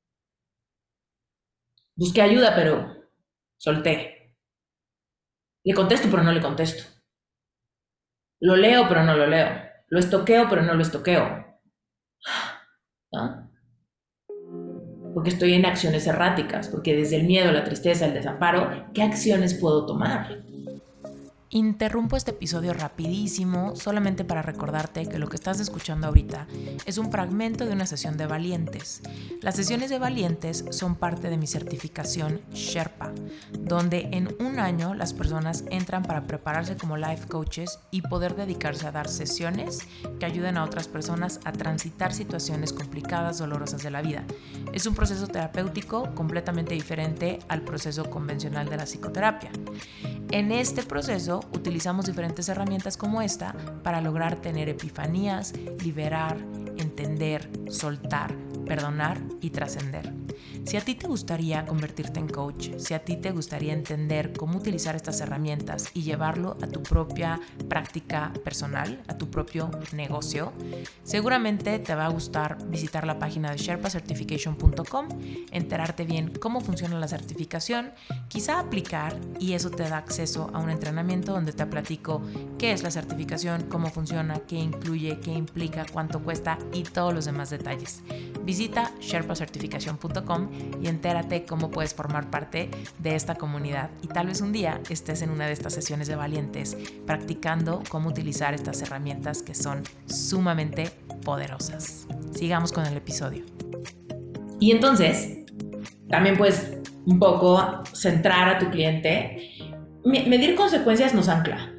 S1: Busqué ayuda, pero solté. Le contesto, pero no le contesto. Lo leo, pero no lo leo. Lo estoqueo, pero no lo estoqueo. ¿No? Porque estoy en acciones erráticas, porque desde el miedo, la tristeza, el desamparo, ¿qué acciones puedo tomar?
S3: Interrumpo este episodio rapidísimo solamente para recordarte que lo que estás escuchando ahorita es un fragmento de una sesión de valientes. Las sesiones de valientes son parte de mi certificación Sherpa, donde en un año las personas entran para prepararse como life coaches y poder dedicarse a dar sesiones que ayuden a otras personas a transitar situaciones complicadas, dolorosas de la vida. Es un proceso terapéutico completamente diferente al proceso convencional de la psicoterapia. En este proceso utilizamos diferentes herramientas como esta para lograr tener epifanías, liberar, entender, soltar, perdonar y trascender. Si a ti te gustaría convertirte en coach, si a ti te gustaría entender cómo utilizar estas herramientas y llevarlo a tu propia práctica personal, a tu propio negocio, seguramente te va a gustar visitar la página de sherpa certification punto com, enterarte bien cómo funciona la certificación, quizá aplicar, y eso te da acceso a un entrenamiento donde te platico qué es la certificación, cómo funciona, qué incluye, qué implica, cuánto cuesta y todos los demás detalles. Visita sherpa certification punto com y entérate cómo puedes formar parte de esta comunidad y tal vez un día estés en una de estas sesiones de valientes practicando cómo utilizar estas herramientas que son sumamente poderosas. Sigamos con el episodio.
S1: Y entonces, también puedes un poco centrar a tu cliente. Medir consecuencias nos ancla.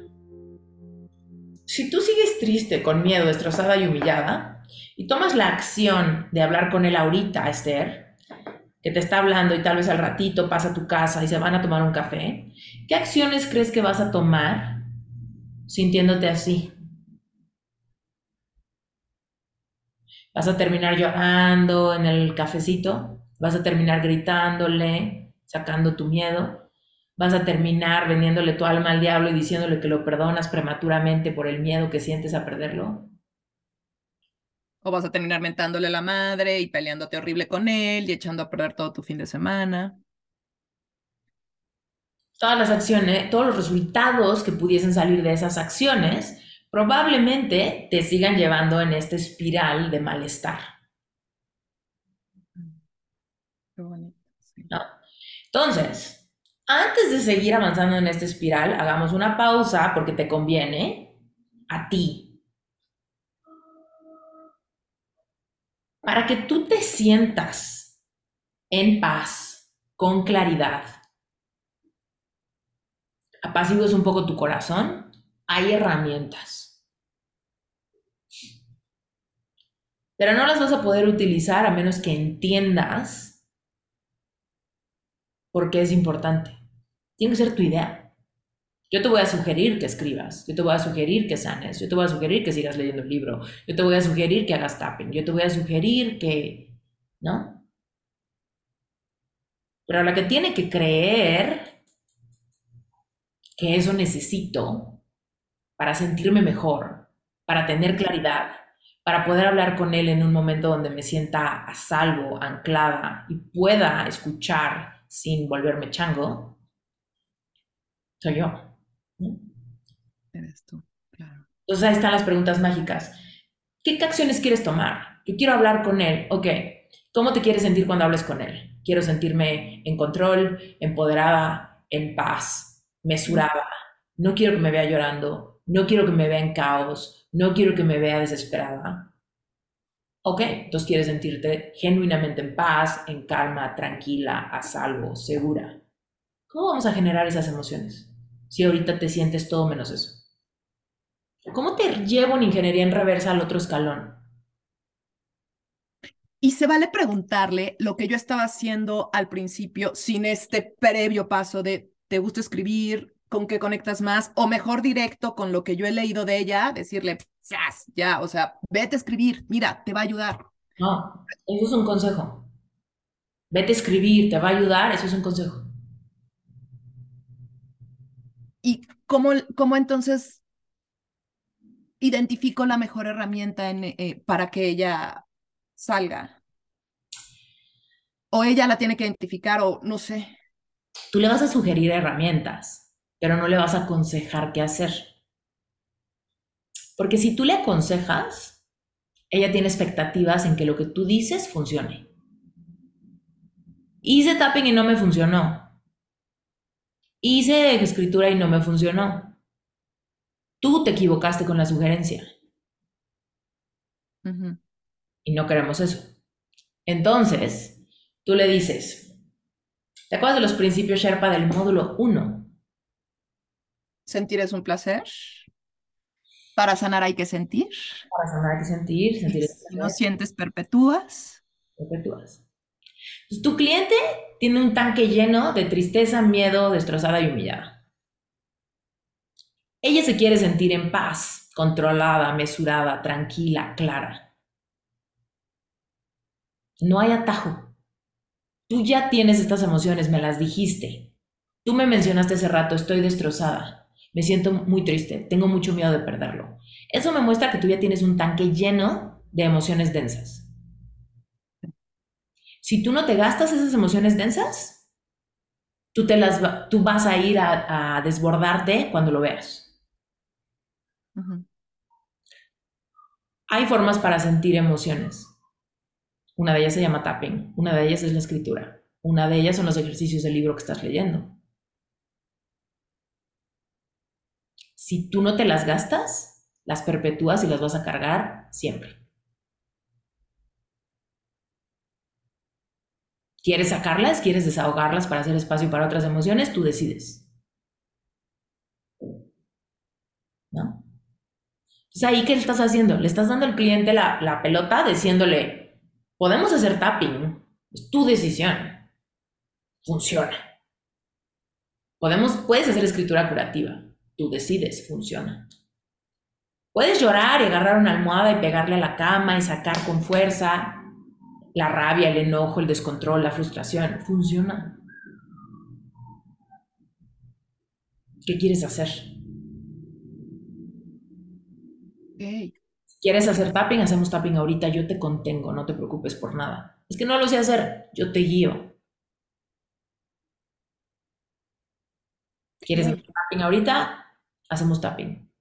S1: Si tú sigues triste, con miedo, destrozada y humillada, y tomas la acción de hablar con él ahorita, Esther, que te está hablando y tal vez al ratito pasa a tu casa y se van a tomar un café, ¿qué acciones crees que vas a tomar sintiéndote así? ¿Vas a terminar llorando en el cafecito? ¿Vas a terminar gritándole, sacando tu miedo? ¿Vas a terminar vendiéndole tu alma al diablo y diciéndole que lo perdonas prematuramente por el miedo que sientes a perderlo?
S2: O vas a terminar mentándole la madre y peleándote horrible con él y echando a perder todo tu fin de semana.
S1: Todas las acciones, todos los resultados que pudiesen salir de esas acciones probablemente te sigan llevando en esta espiral de malestar.
S2: Qué bonito. Sí.
S1: ¿No? Entonces, antes de seguir avanzando en esta espiral, hagamos una pausa porque te conviene a ti. Para que tú te sientas en paz, con claridad, apacigues un poco tu corazón, hay herramientas. Pero no las vas a poder utilizar a menos que entiendas por qué es importante. Tiene que ser tu idea. Yo te voy a sugerir que escribas, yo te voy a sugerir que sanes, yo te voy a sugerir que sigas leyendo el libro, yo te voy a sugerir que hagas tapping, yo te voy a sugerir que, ¿no? Pero la que tiene que creer que eso necesito para sentirme mejor, para tener claridad, para poder hablar con él en un momento donde me sienta a salvo, anclada y pueda escuchar sin volverme chango, soy yo, ¿no?
S2: Eres tú, claro.
S1: Entonces ahí están las preguntas mágicas. ¿Qué acciones quieres tomar? Yo quiero hablar con él. Ok, ¿cómo te quieres sentir cuando hables con él? Quiero sentirme en control, empoderada, en paz, mesurada. No quiero que me vea llorando. No quiero que me vea en caos. No quiero que me vea desesperada. Ok, entonces quieres sentirte genuinamente en paz, en calma, tranquila, a salvo, segura. ¿Cómo vamos a generar esas emociones si ahorita te sientes todo menos eso? ¿Cómo te llevo en ingeniería en reversa al otro escalón?
S2: Y se vale preguntarle lo que yo estaba haciendo al principio sin este previo paso de ¿te gusta escribir? ¿Con qué conectas más? O mejor directo con lo que yo he leído de ella, decirle, ¡zas! Ya, o sea, vete a escribir, mira, te va a ayudar.
S1: No, eso es un consejo. Vete a escribir, te va a ayudar, eso es un consejo.
S2: ¿Y cómo, cómo entonces identifico la mejor herramienta en, eh, para que ella salga? O ella la tiene que identificar, o no sé.
S1: Tú le vas a sugerir herramientas, pero no le vas a aconsejar qué hacer. Porque si tú le aconsejas, ella tiene expectativas en que lo que tú dices funcione. Hice tapping y no me funcionó. Hice escritura y no me funcionó. Tú te equivocaste con la sugerencia.
S2: Uh-huh.
S1: Y no queremos eso. Entonces, tú le dices, ¿te acuerdas de los principios Sherpa del módulo uno?
S2: Sentir es un placer. Para sanar hay que sentir.
S1: Para sanar hay que sentir, sentir es
S2: Si no
S1: placer,
S2: sientes, perpetúas.
S1: perpetuas. Entonces, tu cliente tiene un tanque lleno de tristeza, miedo, destrozada y humillada. Ella se quiere sentir en paz, controlada, mesurada, tranquila, clara. No hay atajo. Tú ya tienes estas emociones, me las dijiste. Tú me mencionaste hace rato, estoy destrozada, me siento muy triste, tengo mucho miedo de perderlo. Eso me muestra que tú ya tienes un tanque lleno de emociones densas. Si tú no te gastas esas emociones densas, tú, te las, tú vas a ir a, a desbordarte cuando lo veas.
S2: Uh-huh.
S1: Hay formas para sentir emociones. Una de ellas se llama tapping, una de ellas es la escritura, una de ellas son los ejercicios del libro que estás leyendo. Si tú no te las gastas, las perpetúas y las vas a cargar siempre. ¿Quieres sacarlas? ¿Quieres desahogarlas para hacer espacio para otras emociones? Tú decides. ¿No? Entonces, ¿ahí qué le estás haciendo? Le estás dando al cliente la, la pelota diciéndole, podemos hacer tapping, es tu decisión, funciona. Podemos, puedes hacer escritura curativa, tú decides, funciona. Puedes llorar y agarrar una almohada y pegarle a la cama y sacar con fuerza la rabia, el enojo, el descontrol, la frustración, funciona. ¿Qué quieres hacer?
S2: Okay.
S1: ¿Quieres hacer tapping? Hacemos tapping ahorita, yo te contengo, no te preocupes por nada. Es que no lo sé hacer, yo te guío. ¿Quieres hacer tapping ahorita? Hacemos tapping.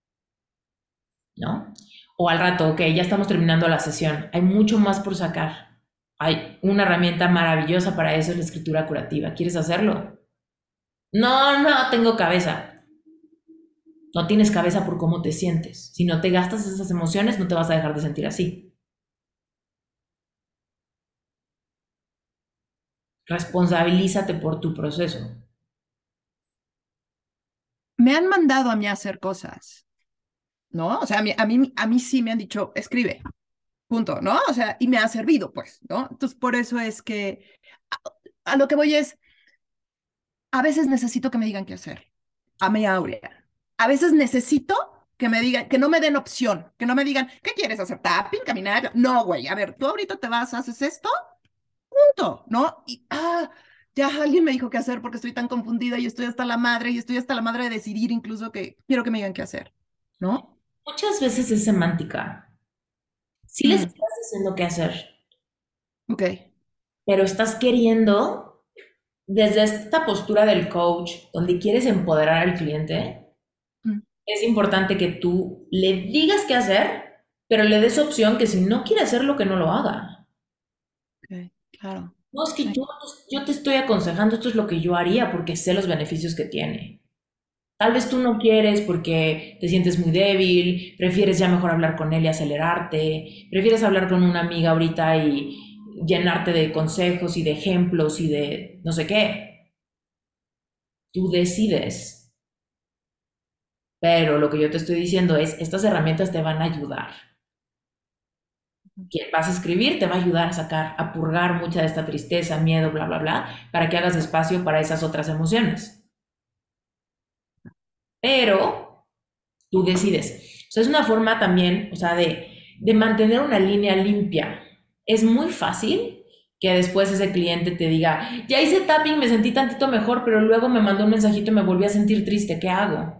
S1: ¿No? O al rato, ok, ya estamos terminando la sesión, hay mucho más por sacar. Hay una herramienta maravillosa para eso, es la escritura curativa. ¿Quieres hacerlo? No, no tengo cabeza. No tienes cabeza por cómo te sientes. Si no te gastas esas emociones, no te vas a dejar de sentir así. Responsabilízate por tu proceso.
S2: Me han mandado a mí a hacer cosas, ¿no? O sea, a mí, a mí, a mí sí me han dicho, escribe, punto, ¿no? O sea, y me ha servido, pues, ¿no? Entonces, por eso es que a, a lo que voy es, a veces necesito que me digan qué hacer. a mi Aurea. A veces necesito que me digan, que no me den opción, que no me digan, ¿qué quieres hacer? ¿Tapping? ¿Caminar? No, güey, a ver, tú ahorita te vas, haces esto, punto, ¿no? Y, ah, ya alguien me dijo qué hacer porque estoy tan confundida y estoy hasta la madre y estoy hasta la madre de decidir incluso que quiero que me digan qué hacer, ¿no?
S1: Muchas veces es semántica. Sí les
S2: Mm,
S1: estás diciendo qué hacer,
S2: ok.
S1: pero estás queriendo, desde esta postura del coach, donde quieres empoderar al cliente,
S2: Mm,
S1: es importante que tú le digas qué hacer, pero le des opción que si no quiere hacerlo, que no lo haga.
S2: ok, claro.
S1: No, es que
S2: Sí.
S1: yo, yo te estoy aconsejando, esto es lo que yo haría porque sé los beneficios que tiene. Tal vez tú no quieres porque te sientes muy débil, prefieres ya mejor hablar con él y acelerarte, prefieres hablar con una amiga ahorita y llenarte de consejos y de ejemplos y de no sé qué. Tú decides. Pero lo que yo te estoy diciendo es, estas herramientas te van a ayudar. Que vas a escribir te va a ayudar a sacar, a purgar mucha de esta tristeza, miedo, bla, bla, bla, para que hagas espacio para esas otras emociones. Pero tú decides. O sea, es una forma también, o sea, de, de mantener una línea limpia. Es muy fácil que después ese cliente te diga, ya hice tapping, me sentí tantito mejor, pero luego me mandó un mensajito y me volví a sentir triste, ¿qué hago?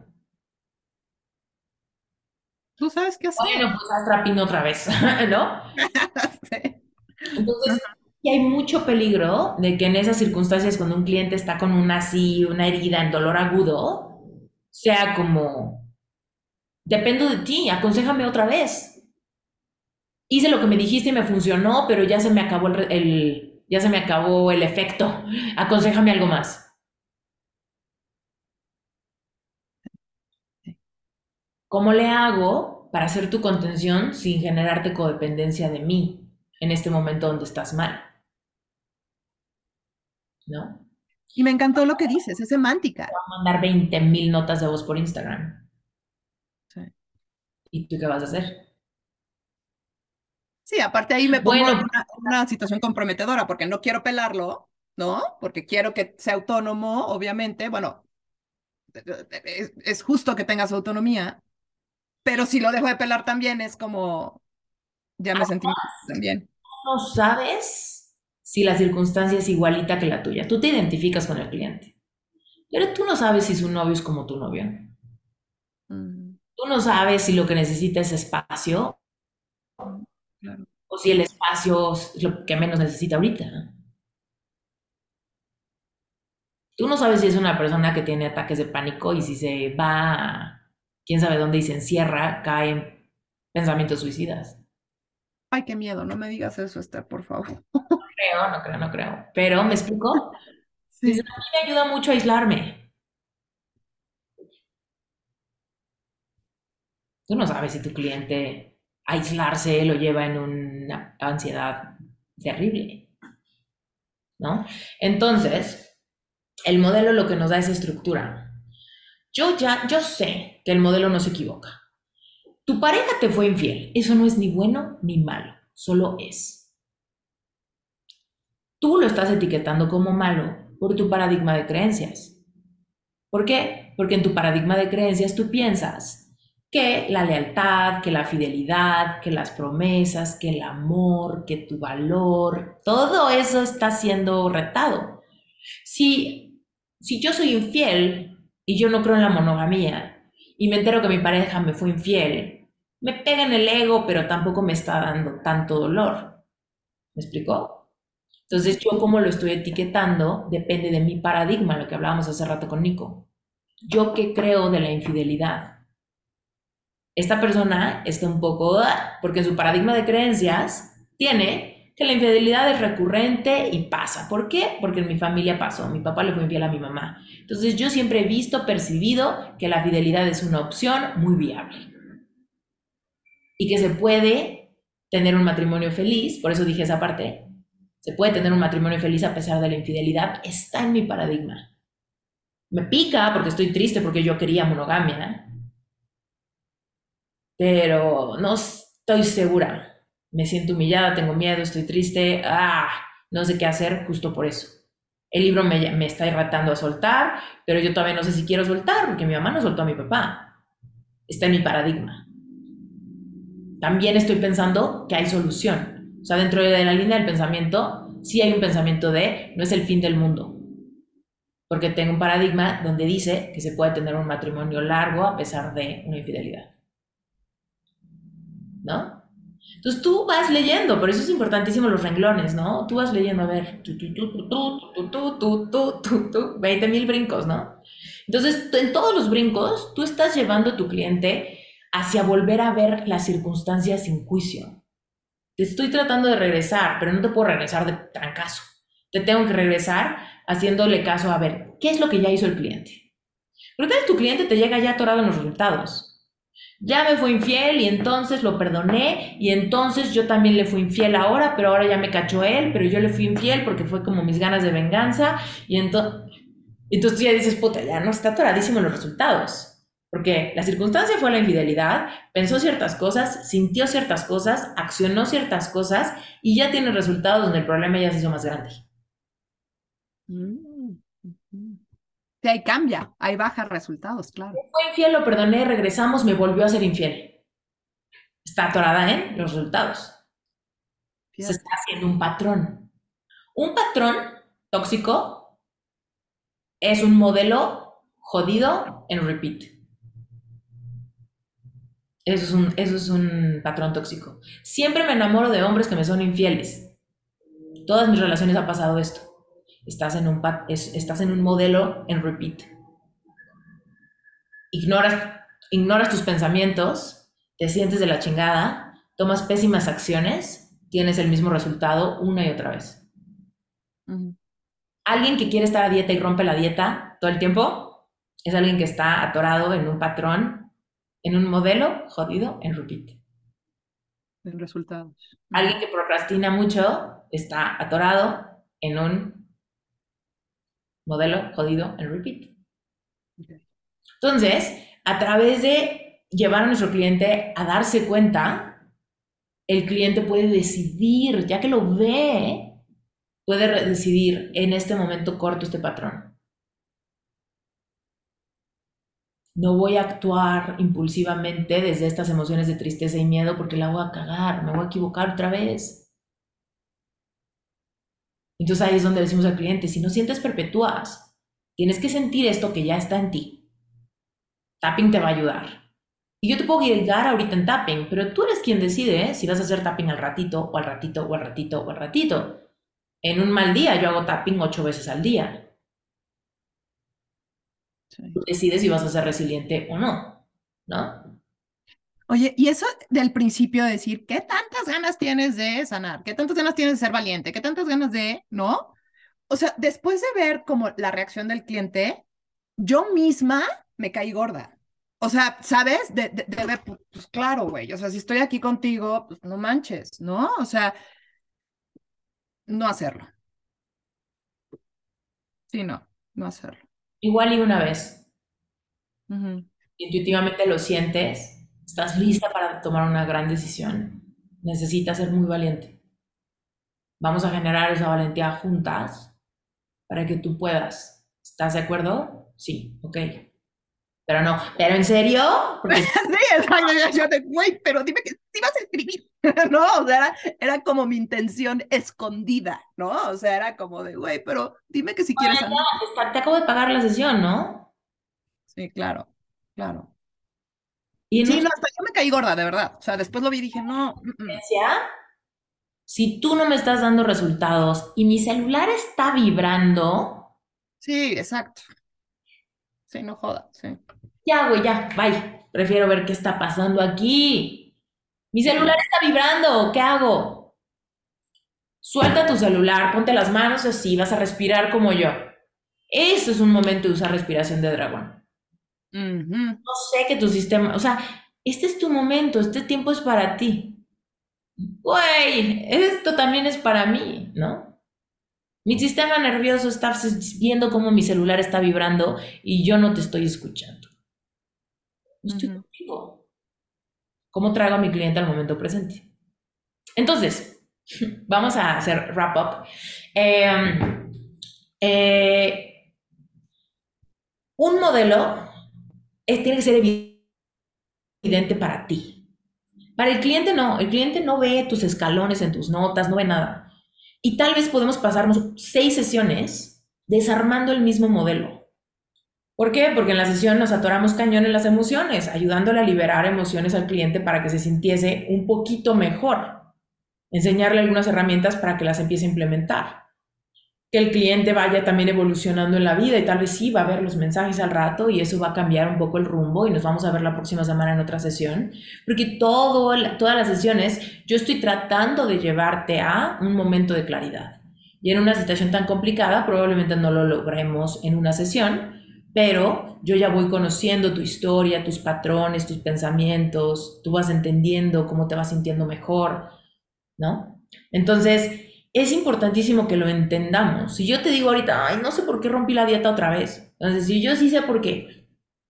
S2: Tú sabes qué hacer.
S1: Bueno, pues haz tapping otra vez, ¿no?
S2: Sí.
S1: Entonces, y hay mucho peligro de que en esas circunstancias, cuando un cliente está con una así, una herida en dolor agudo, sea como, dependo de ti, aconséjame otra vez. Hice lo que me dijiste y me funcionó, pero ya se me acabó el, el- ya se me acabó el efecto. Aconséjame algo más. ¿Cómo le hago para hacer tu contención sin generarte codependencia de mí en este momento donde estás mal? ¿No?
S2: Y me encantó lo que dices, es semántica.
S1: Mandar veinte mil notas de voz por Instagram.
S2: Sí.
S1: ¿Y tú qué vas a hacer?
S2: Sí, aparte ahí me pongo en
S1: Bueno,
S2: una, una situación comprometedora porque no quiero pelarlo, ¿no? Porque quiero que sea autónomo, obviamente. Bueno, es, es justo que tenga su autonomía, pero si lo dejo de pelar también es como, ya me sentí mal también.
S1: no sabes si la circunstancia es igualita que la tuya. Tú te identificas con el cliente, pero tú no sabes si su novio es como tu novio.
S2: Mm,
S1: Tú no sabes si lo que necesita es espacio
S2: mm, claro.
S1: o si el espacio es lo que menos necesita ahorita. Tú no sabes si es una persona que tiene ataques de pánico y si se va a quién sabe dónde y se encierra, cae en pensamientos suicidas.
S2: Ay, qué miedo, no me digas eso, Esther, por favor.
S1: Creo, no creo, no creo. Pero, ¿me explico? Entonces,
S2: Sí.
S1: a mí me ayuda mucho a aislarme. Tú no sabes si tu cliente aislarse lo lleva en una ansiedad terrible, ¿no? Entonces, el modelo lo que nos da es estructura. Yo ya, yo sé que el modelo no se equivoca. Tu pareja te fue infiel. Eso no es ni bueno ni malo, solo es. Tú lo estás etiquetando como malo por tu paradigma de creencias. ¿Por qué? Porque en tu paradigma de creencias tú piensas que la lealtad, que la fidelidad, que las promesas, que el amor, que tu valor, todo eso está siendo retado. Si, si yo soy infiel y yo no creo en la monogamía y me entero que mi pareja me fue infiel, me pega en el ego, pero tampoco me está dando tanto dolor. ¿Me explicó? Entonces, yo cómo lo estoy etiquetando depende de mi paradigma, lo que hablábamos hace rato con Nico. Yo qué creo de la infidelidad. Esta persona está un poco, ah, porque en su paradigma de creencias tiene que la infidelidad es recurrente y pasa. ¿Por qué? Porque en mi familia pasó, mi papá le fue infiel a mi mamá. Entonces yo siempre he visto, percibido que la fidelidad es una opción muy viable y que se puede tener un matrimonio feliz, por eso dije esa parte, se puede tener un matrimonio feliz a pesar de la infidelidad, está en mi paradigma. Me pica porque estoy triste porque yo quería monogamia, pero no estoy segura. Me siento humillada, tengo miedo, estoy triste, ah, no sé qué hacer justo por eso. El libro me, me está irritando a soltar, pero yo todavía no sé si quiero soltar porque mi mamá no soltó a mi papá. Está en mi paradigma. También estoy pensando que hay solución. O sea, dentro de la línea del pensamiento, sí hay un pensamiento de no es el fin del mundo. Porque tengo un paradigma donde dice que se puede tener un matrimonio largo a pesar de una infidelidad. ¿No? Entonces tú vas leyendo, por eso es importantísimo los renglones, ¿no? Tú vas leyendo, a ver, tu, tu, tu, tu, tu, tu, tu, tu, tu, tu, tu, veinte mil brincos, ¿no? Entonces, en todos los brincos, tú estás llevando a tu cliente hacia volver a ver las circunstancias sin juicio. Te estoy tratando de regresar, pero no te puedo regresar de trancazo. Te tengo que regresar haciéndole caso a ver, ¿qué es lo que ya hizo el cliente? Pero tal vez tu cliente te llega ya atorado en los resultados. Ya me fue infiel y entonces lo perdoné y entonces yo también le fui infiel ahora, pero ahora ya me cachó él, pero yo le fui infiel porque fue como mis ganas de venganza y entonces, entonces tú ya dices, puta, ya no está atoradísimo en los resultados. Porque la circunstancia fue la infidelidad, pensó ciertas cosas, sintió ciertas cosas, accionó ciertas cosas y ya tiene resultados donde el problema ya se hizo más grande.
S2: Mm, ujú. Sí, ahí cambia, ahí baja resultados, claro.
S1: Fue infiel, lo perdoné, regresamos, me volvió a ser infiel. Está atorada en los resultados. Se
S2: Fíjate.
S1: está haciendo un patrón. Un patrón tóxico es un modelo jodido en repeat. Eso es un, eso es un patrón tóxico. Siempre me enamoro de hombres que me son infieles. Todas mis relaciones ha pasado esto. Estás en un, es, estás en un modelo en repeat. Ignoras, ignoras tus pensamientos, te sientes de la chingada, tomas pésimas acciones, tienes el mismo resultado una y otra vez.
S2: Ujú.
S1: Alguien que quiere estar a dieta y rompe la dieta todo el tiempo es alguien que está atorado en un patrón, en un modelo jodido en repeat.
S2: En resultados.
S1: Alguien que procrastina mucho está atorado en un modelo jodido en repeat.
S2: Okay.
S1: Entonces, a través de llevar a nuestro cliente a darse cuenta, el cliente puede decidir, ya que lo ve, puede decidir en este momento corto este patrón. No voy a actuar impulsivamente desde estas emociones de tristeza y miedo porque la voy a cagar, me voy a equivocar otra vez. Entonces ahí es donde decimos al cliente, si no sientes, perpetúas. Tienes que sentir esto que ya está en ti. Tapping te va a ayudar. Y yo te puedo guiar ahorita en tapping, pero tú eres quien decide, ¿eh? Si vas a hacer tapping al ratito, o al ratito, o al ratito, o al ratito. En un mal día yo hago tapping ocho veces al día.
S2: Sí.
S1: Tú decides si vas a ser resiliente o no, ¿no?
S2: Oye, y eso del principio de decir, ¿qué tantas ganas tienes de sanar? ¿Qué tantas ganas tienes de ser valiente? ¿Qué tantas ganas de, no? O sea, después de ver como la reacción del cliente, yo misma me caí gorda. O sea, ¿sabes? De, de, de ver, pues, pues claro, güey. O sea, si estoy aquí contigo, pues no manches, ¿no? O sea, no hacerlo. Sí, no, no hacerlo.
S1: Igual y una vez,
S2: Ujú.
S1: intuitivamente lo sientes, estás lista para tomar una gran decisión. Necesitas ser muy valiente. Vamos a generar esa valentía juntas para que tú puedas. ¿Estás de acuerdo? Sí, ok. Pero no, ¿pero en serio? Porque
S2: Sí, exacto. Yo, yo de, güey, pero dime que sí vas a escribir, ¿no? O sea, era, era como mi intención escondida, ¿no? O sea, era como de, güey, pero dime que si quieres sanar.
S1: está- te acabo de pagar la sesión, ¿no?
S2: Sí, claro, claro.
S1: Y en
S2: Sí,
S1: una
S2: no, hasta yo me caí gorda, de verdad. O sea, después lo vi y dije, no. mm, mm.
S1: experiencia, si tú no me estás dando resultados y mi celular está vibrando,
S2: Sí, exacto. Sí, no joda, sí.
S1: ya, güey, ya, bye. Prefiero ver qué está pasando aquí. Mi
S2: Sí,
S1: celular
S2: claro.
S1: está vibrando, ¿qué hago? Suelta tu celular, ponte las manos así, vas a respirar como yo. Eso es un momento de usar respiración de dragón.
S2: Ujú.
S1: No sé que tu sistema, o sea, este es tu momento, este tiempo es para ti. Güey, esto también es para mí, ¿no? Mi sistema nervioso está viendo cómo mi celular está vibrando y yo no te estoy escuchando. No estoy
S2: Ujú.
S1: contigo. ¿Cómo traigo a mi cliente al momento presente? Entonces, vamos a hacer wrap up. Eh, Eh, un modelo es, tiene que ser evidente para ti. Para el cliente no, el cliente no ve tus escalones en tus notas, no ve nada. Y tal vez podemos pasarnos seis sesiones desarmando el mismo modelo. ¿Por qué? Porque en la sesión nos atoramos cañón en las emociones, ayudándole a liberar emociones al cliente para que se sintiese un poquito mejor. Enseñarle algunas herramientas para que las empiece a implementar. Que el cliente vaya también evolucionando en la vida y tal vez sí va a ver los mensajes al rato y eso va a cambiar un poco el rumbo y nos vamos a ver la próxima semana en otra sesión. Porque todo, todas las sesiones yo estoy tratando de llevarte a un momento de claridad. Y en una situación tan complicada probablemente no lo logremos en una sesión, pero yo ya voy conociendo tu historia, tus patrones, tus pensamientos, tú vas entendiendo cómo te vas sintiendo mejor, ¿no? Entonces, es importantísimo que lo entendamos. Si yo te digo ahorita, ay, no sé por qué rompí la dieta otra vez. Entonces, si yo sí sé por qué.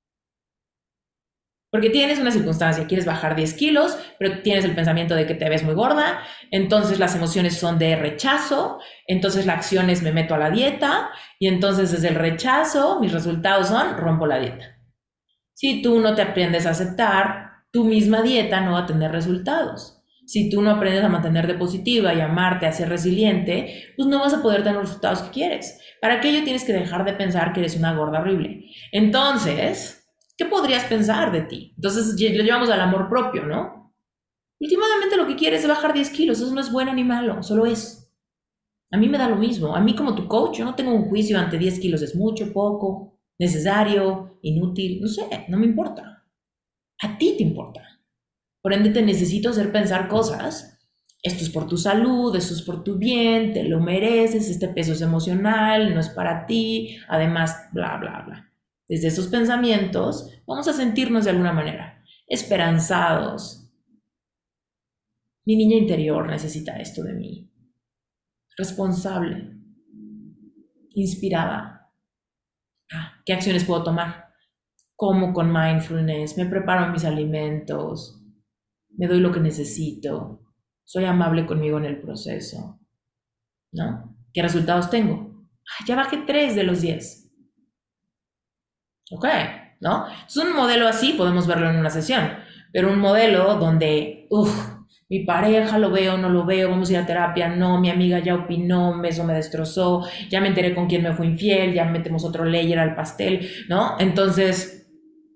S1: Porque tienes una circunstancia, quieres bajar diez kilos, pero tienes el pensamiento de que te ves muy gorda, entonces las emociones son de rechazo, entonces la acción es me meto a la dieta, y entonces desde el rechazo mis resultados son rompo la dieta. Si tú no te aprendes a aceptar, tu misma dieta no va a tener resultados. Si tú no aprendes a mantenerte positiva y amarte, a ser resiliente, pues no vas a poder tener los resultados que quieres. Para aquello tienes que dejar de pensar que eres una gorda horrible. Entonces, ¿qué podrías pensar de ti? Entonces lo llevamos al amor propio, ¿no? Últimamente lo que quieres es bajar diez kilos. Eso no es bueno ni malo, solo es. A mí me da lo mismo. A mí como tu coach, yo no tengo un juicio ante diez kilos. Es mucho, poco, necesario, inútil. No sé, no me importa. A ti te importa. Por ende, te necesito hacer pensar cosas. Esto es por tu salud, esto es por tu bien, te lo mereces, este peso es emocional, no es para ti, además, bla, bla, bla. Desde esos pensamientos vamos a sentirnos de alguna manera esperanzados. Mi niña interior necesita esto de mí. Responsable. Inspirada. Ah, ¿qué acciones puedo tomar? Como con mindfulness, me preparo mis alimentos, me doy lo que necesito, soy amable conmigo en el proceso, ¿no? ¿Qué resultados tengo? Ay, ya bajé tres de los diez. Ok, ¿no? Es un modelo así, podemos verlo en una sesión, pero un modelo donde, uff, mi pareja lo veo, no lo veo, vamos a ir a terapia, no, mi amiga ya opinó, eso me destrozó, ya me enteré con quién me fue infiel, ya metemos otro layer al pastel, ¿no? Entonces,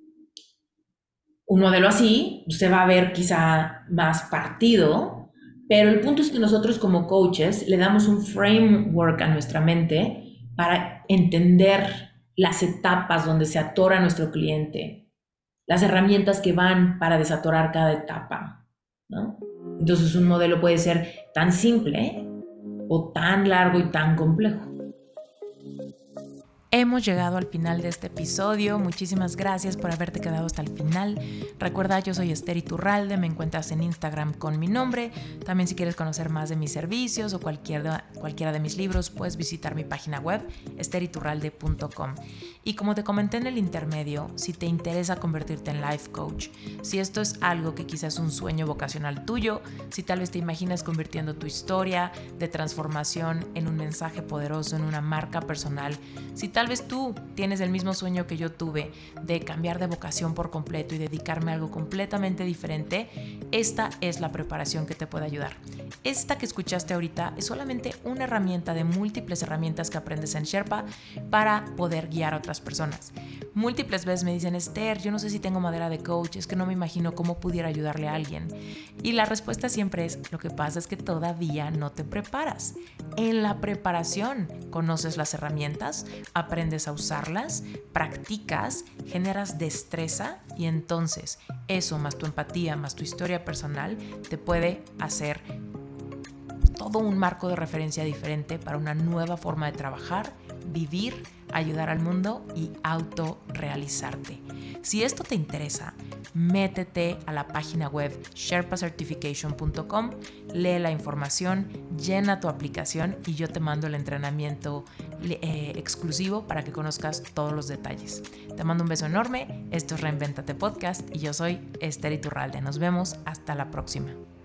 S1: un modelo así se va a ver quizá más partido, pero el punto es que nosotros como coaches le damos un framework a nuestra mente para entender las etapas donde se atora nuestro cliente, las herramientas que van para desatorar cada etapa, ¿no? Entonces un modelo puede ser tan simple o tan largo y tan complejo.
S3: Hemos llegado al final de este episodio. Muchísimas gracias por haberte quedado hasta el final. Recuerda, yo soy Esther Iturralde, me encuentras en Instagram con mi nombre. También si quieres conocer más de mis servicios o cualquiera, cualquiera de mis libros, puedes visitar mi página web, ester iturralde punto com. Y como te comenté en el intermedio, si te interesa convertirte en life coach, si esto es algo que quizás es un sueño vocacional tuyo, si tal vez te imaginas convirtiendo tu historia de transformación en un mensaje poderoso, en una marca personal, si tal vez tú tienes el mismo sueño que yo tuve de cambiar de vocación por completo y dedicarme a algo completamente diferente, esta es la preparación que te puede ayudar. Esta que escuchaste ahorita es solamente una herramienta de múltiples herramientas que aprendes en Sherpa para poder guiar a otras personas. Múltiples veces me dicen, Esther, yo no sé si tengo madera de coach, es que no me imagino cómo pudiera ayudarle a alguien. Y la respuesta siempre es, lo que pasa es que todavía no te preparas. En la preparación conoces las herramientas, aprendes a usarlas, practicas, generas destreza y entonces eso más tu empatía, más tu historia personal te puede hacer todo un marco de referencia diferente para una nueva forma de trabajar, vivir, ayudar al mundo y autorrealizarte. Si esto te interesa, métete a la página web sherpa certification punto com, lee la información, llena tu aplicación y yo te mando el entrenamiento eh, exclusivo para que conozcas todos los detalles. Te mando un beso enorme, esto es Reinvéntate Podcast y yo soy Esther Iturralde. Nos vemos hasta la próxima.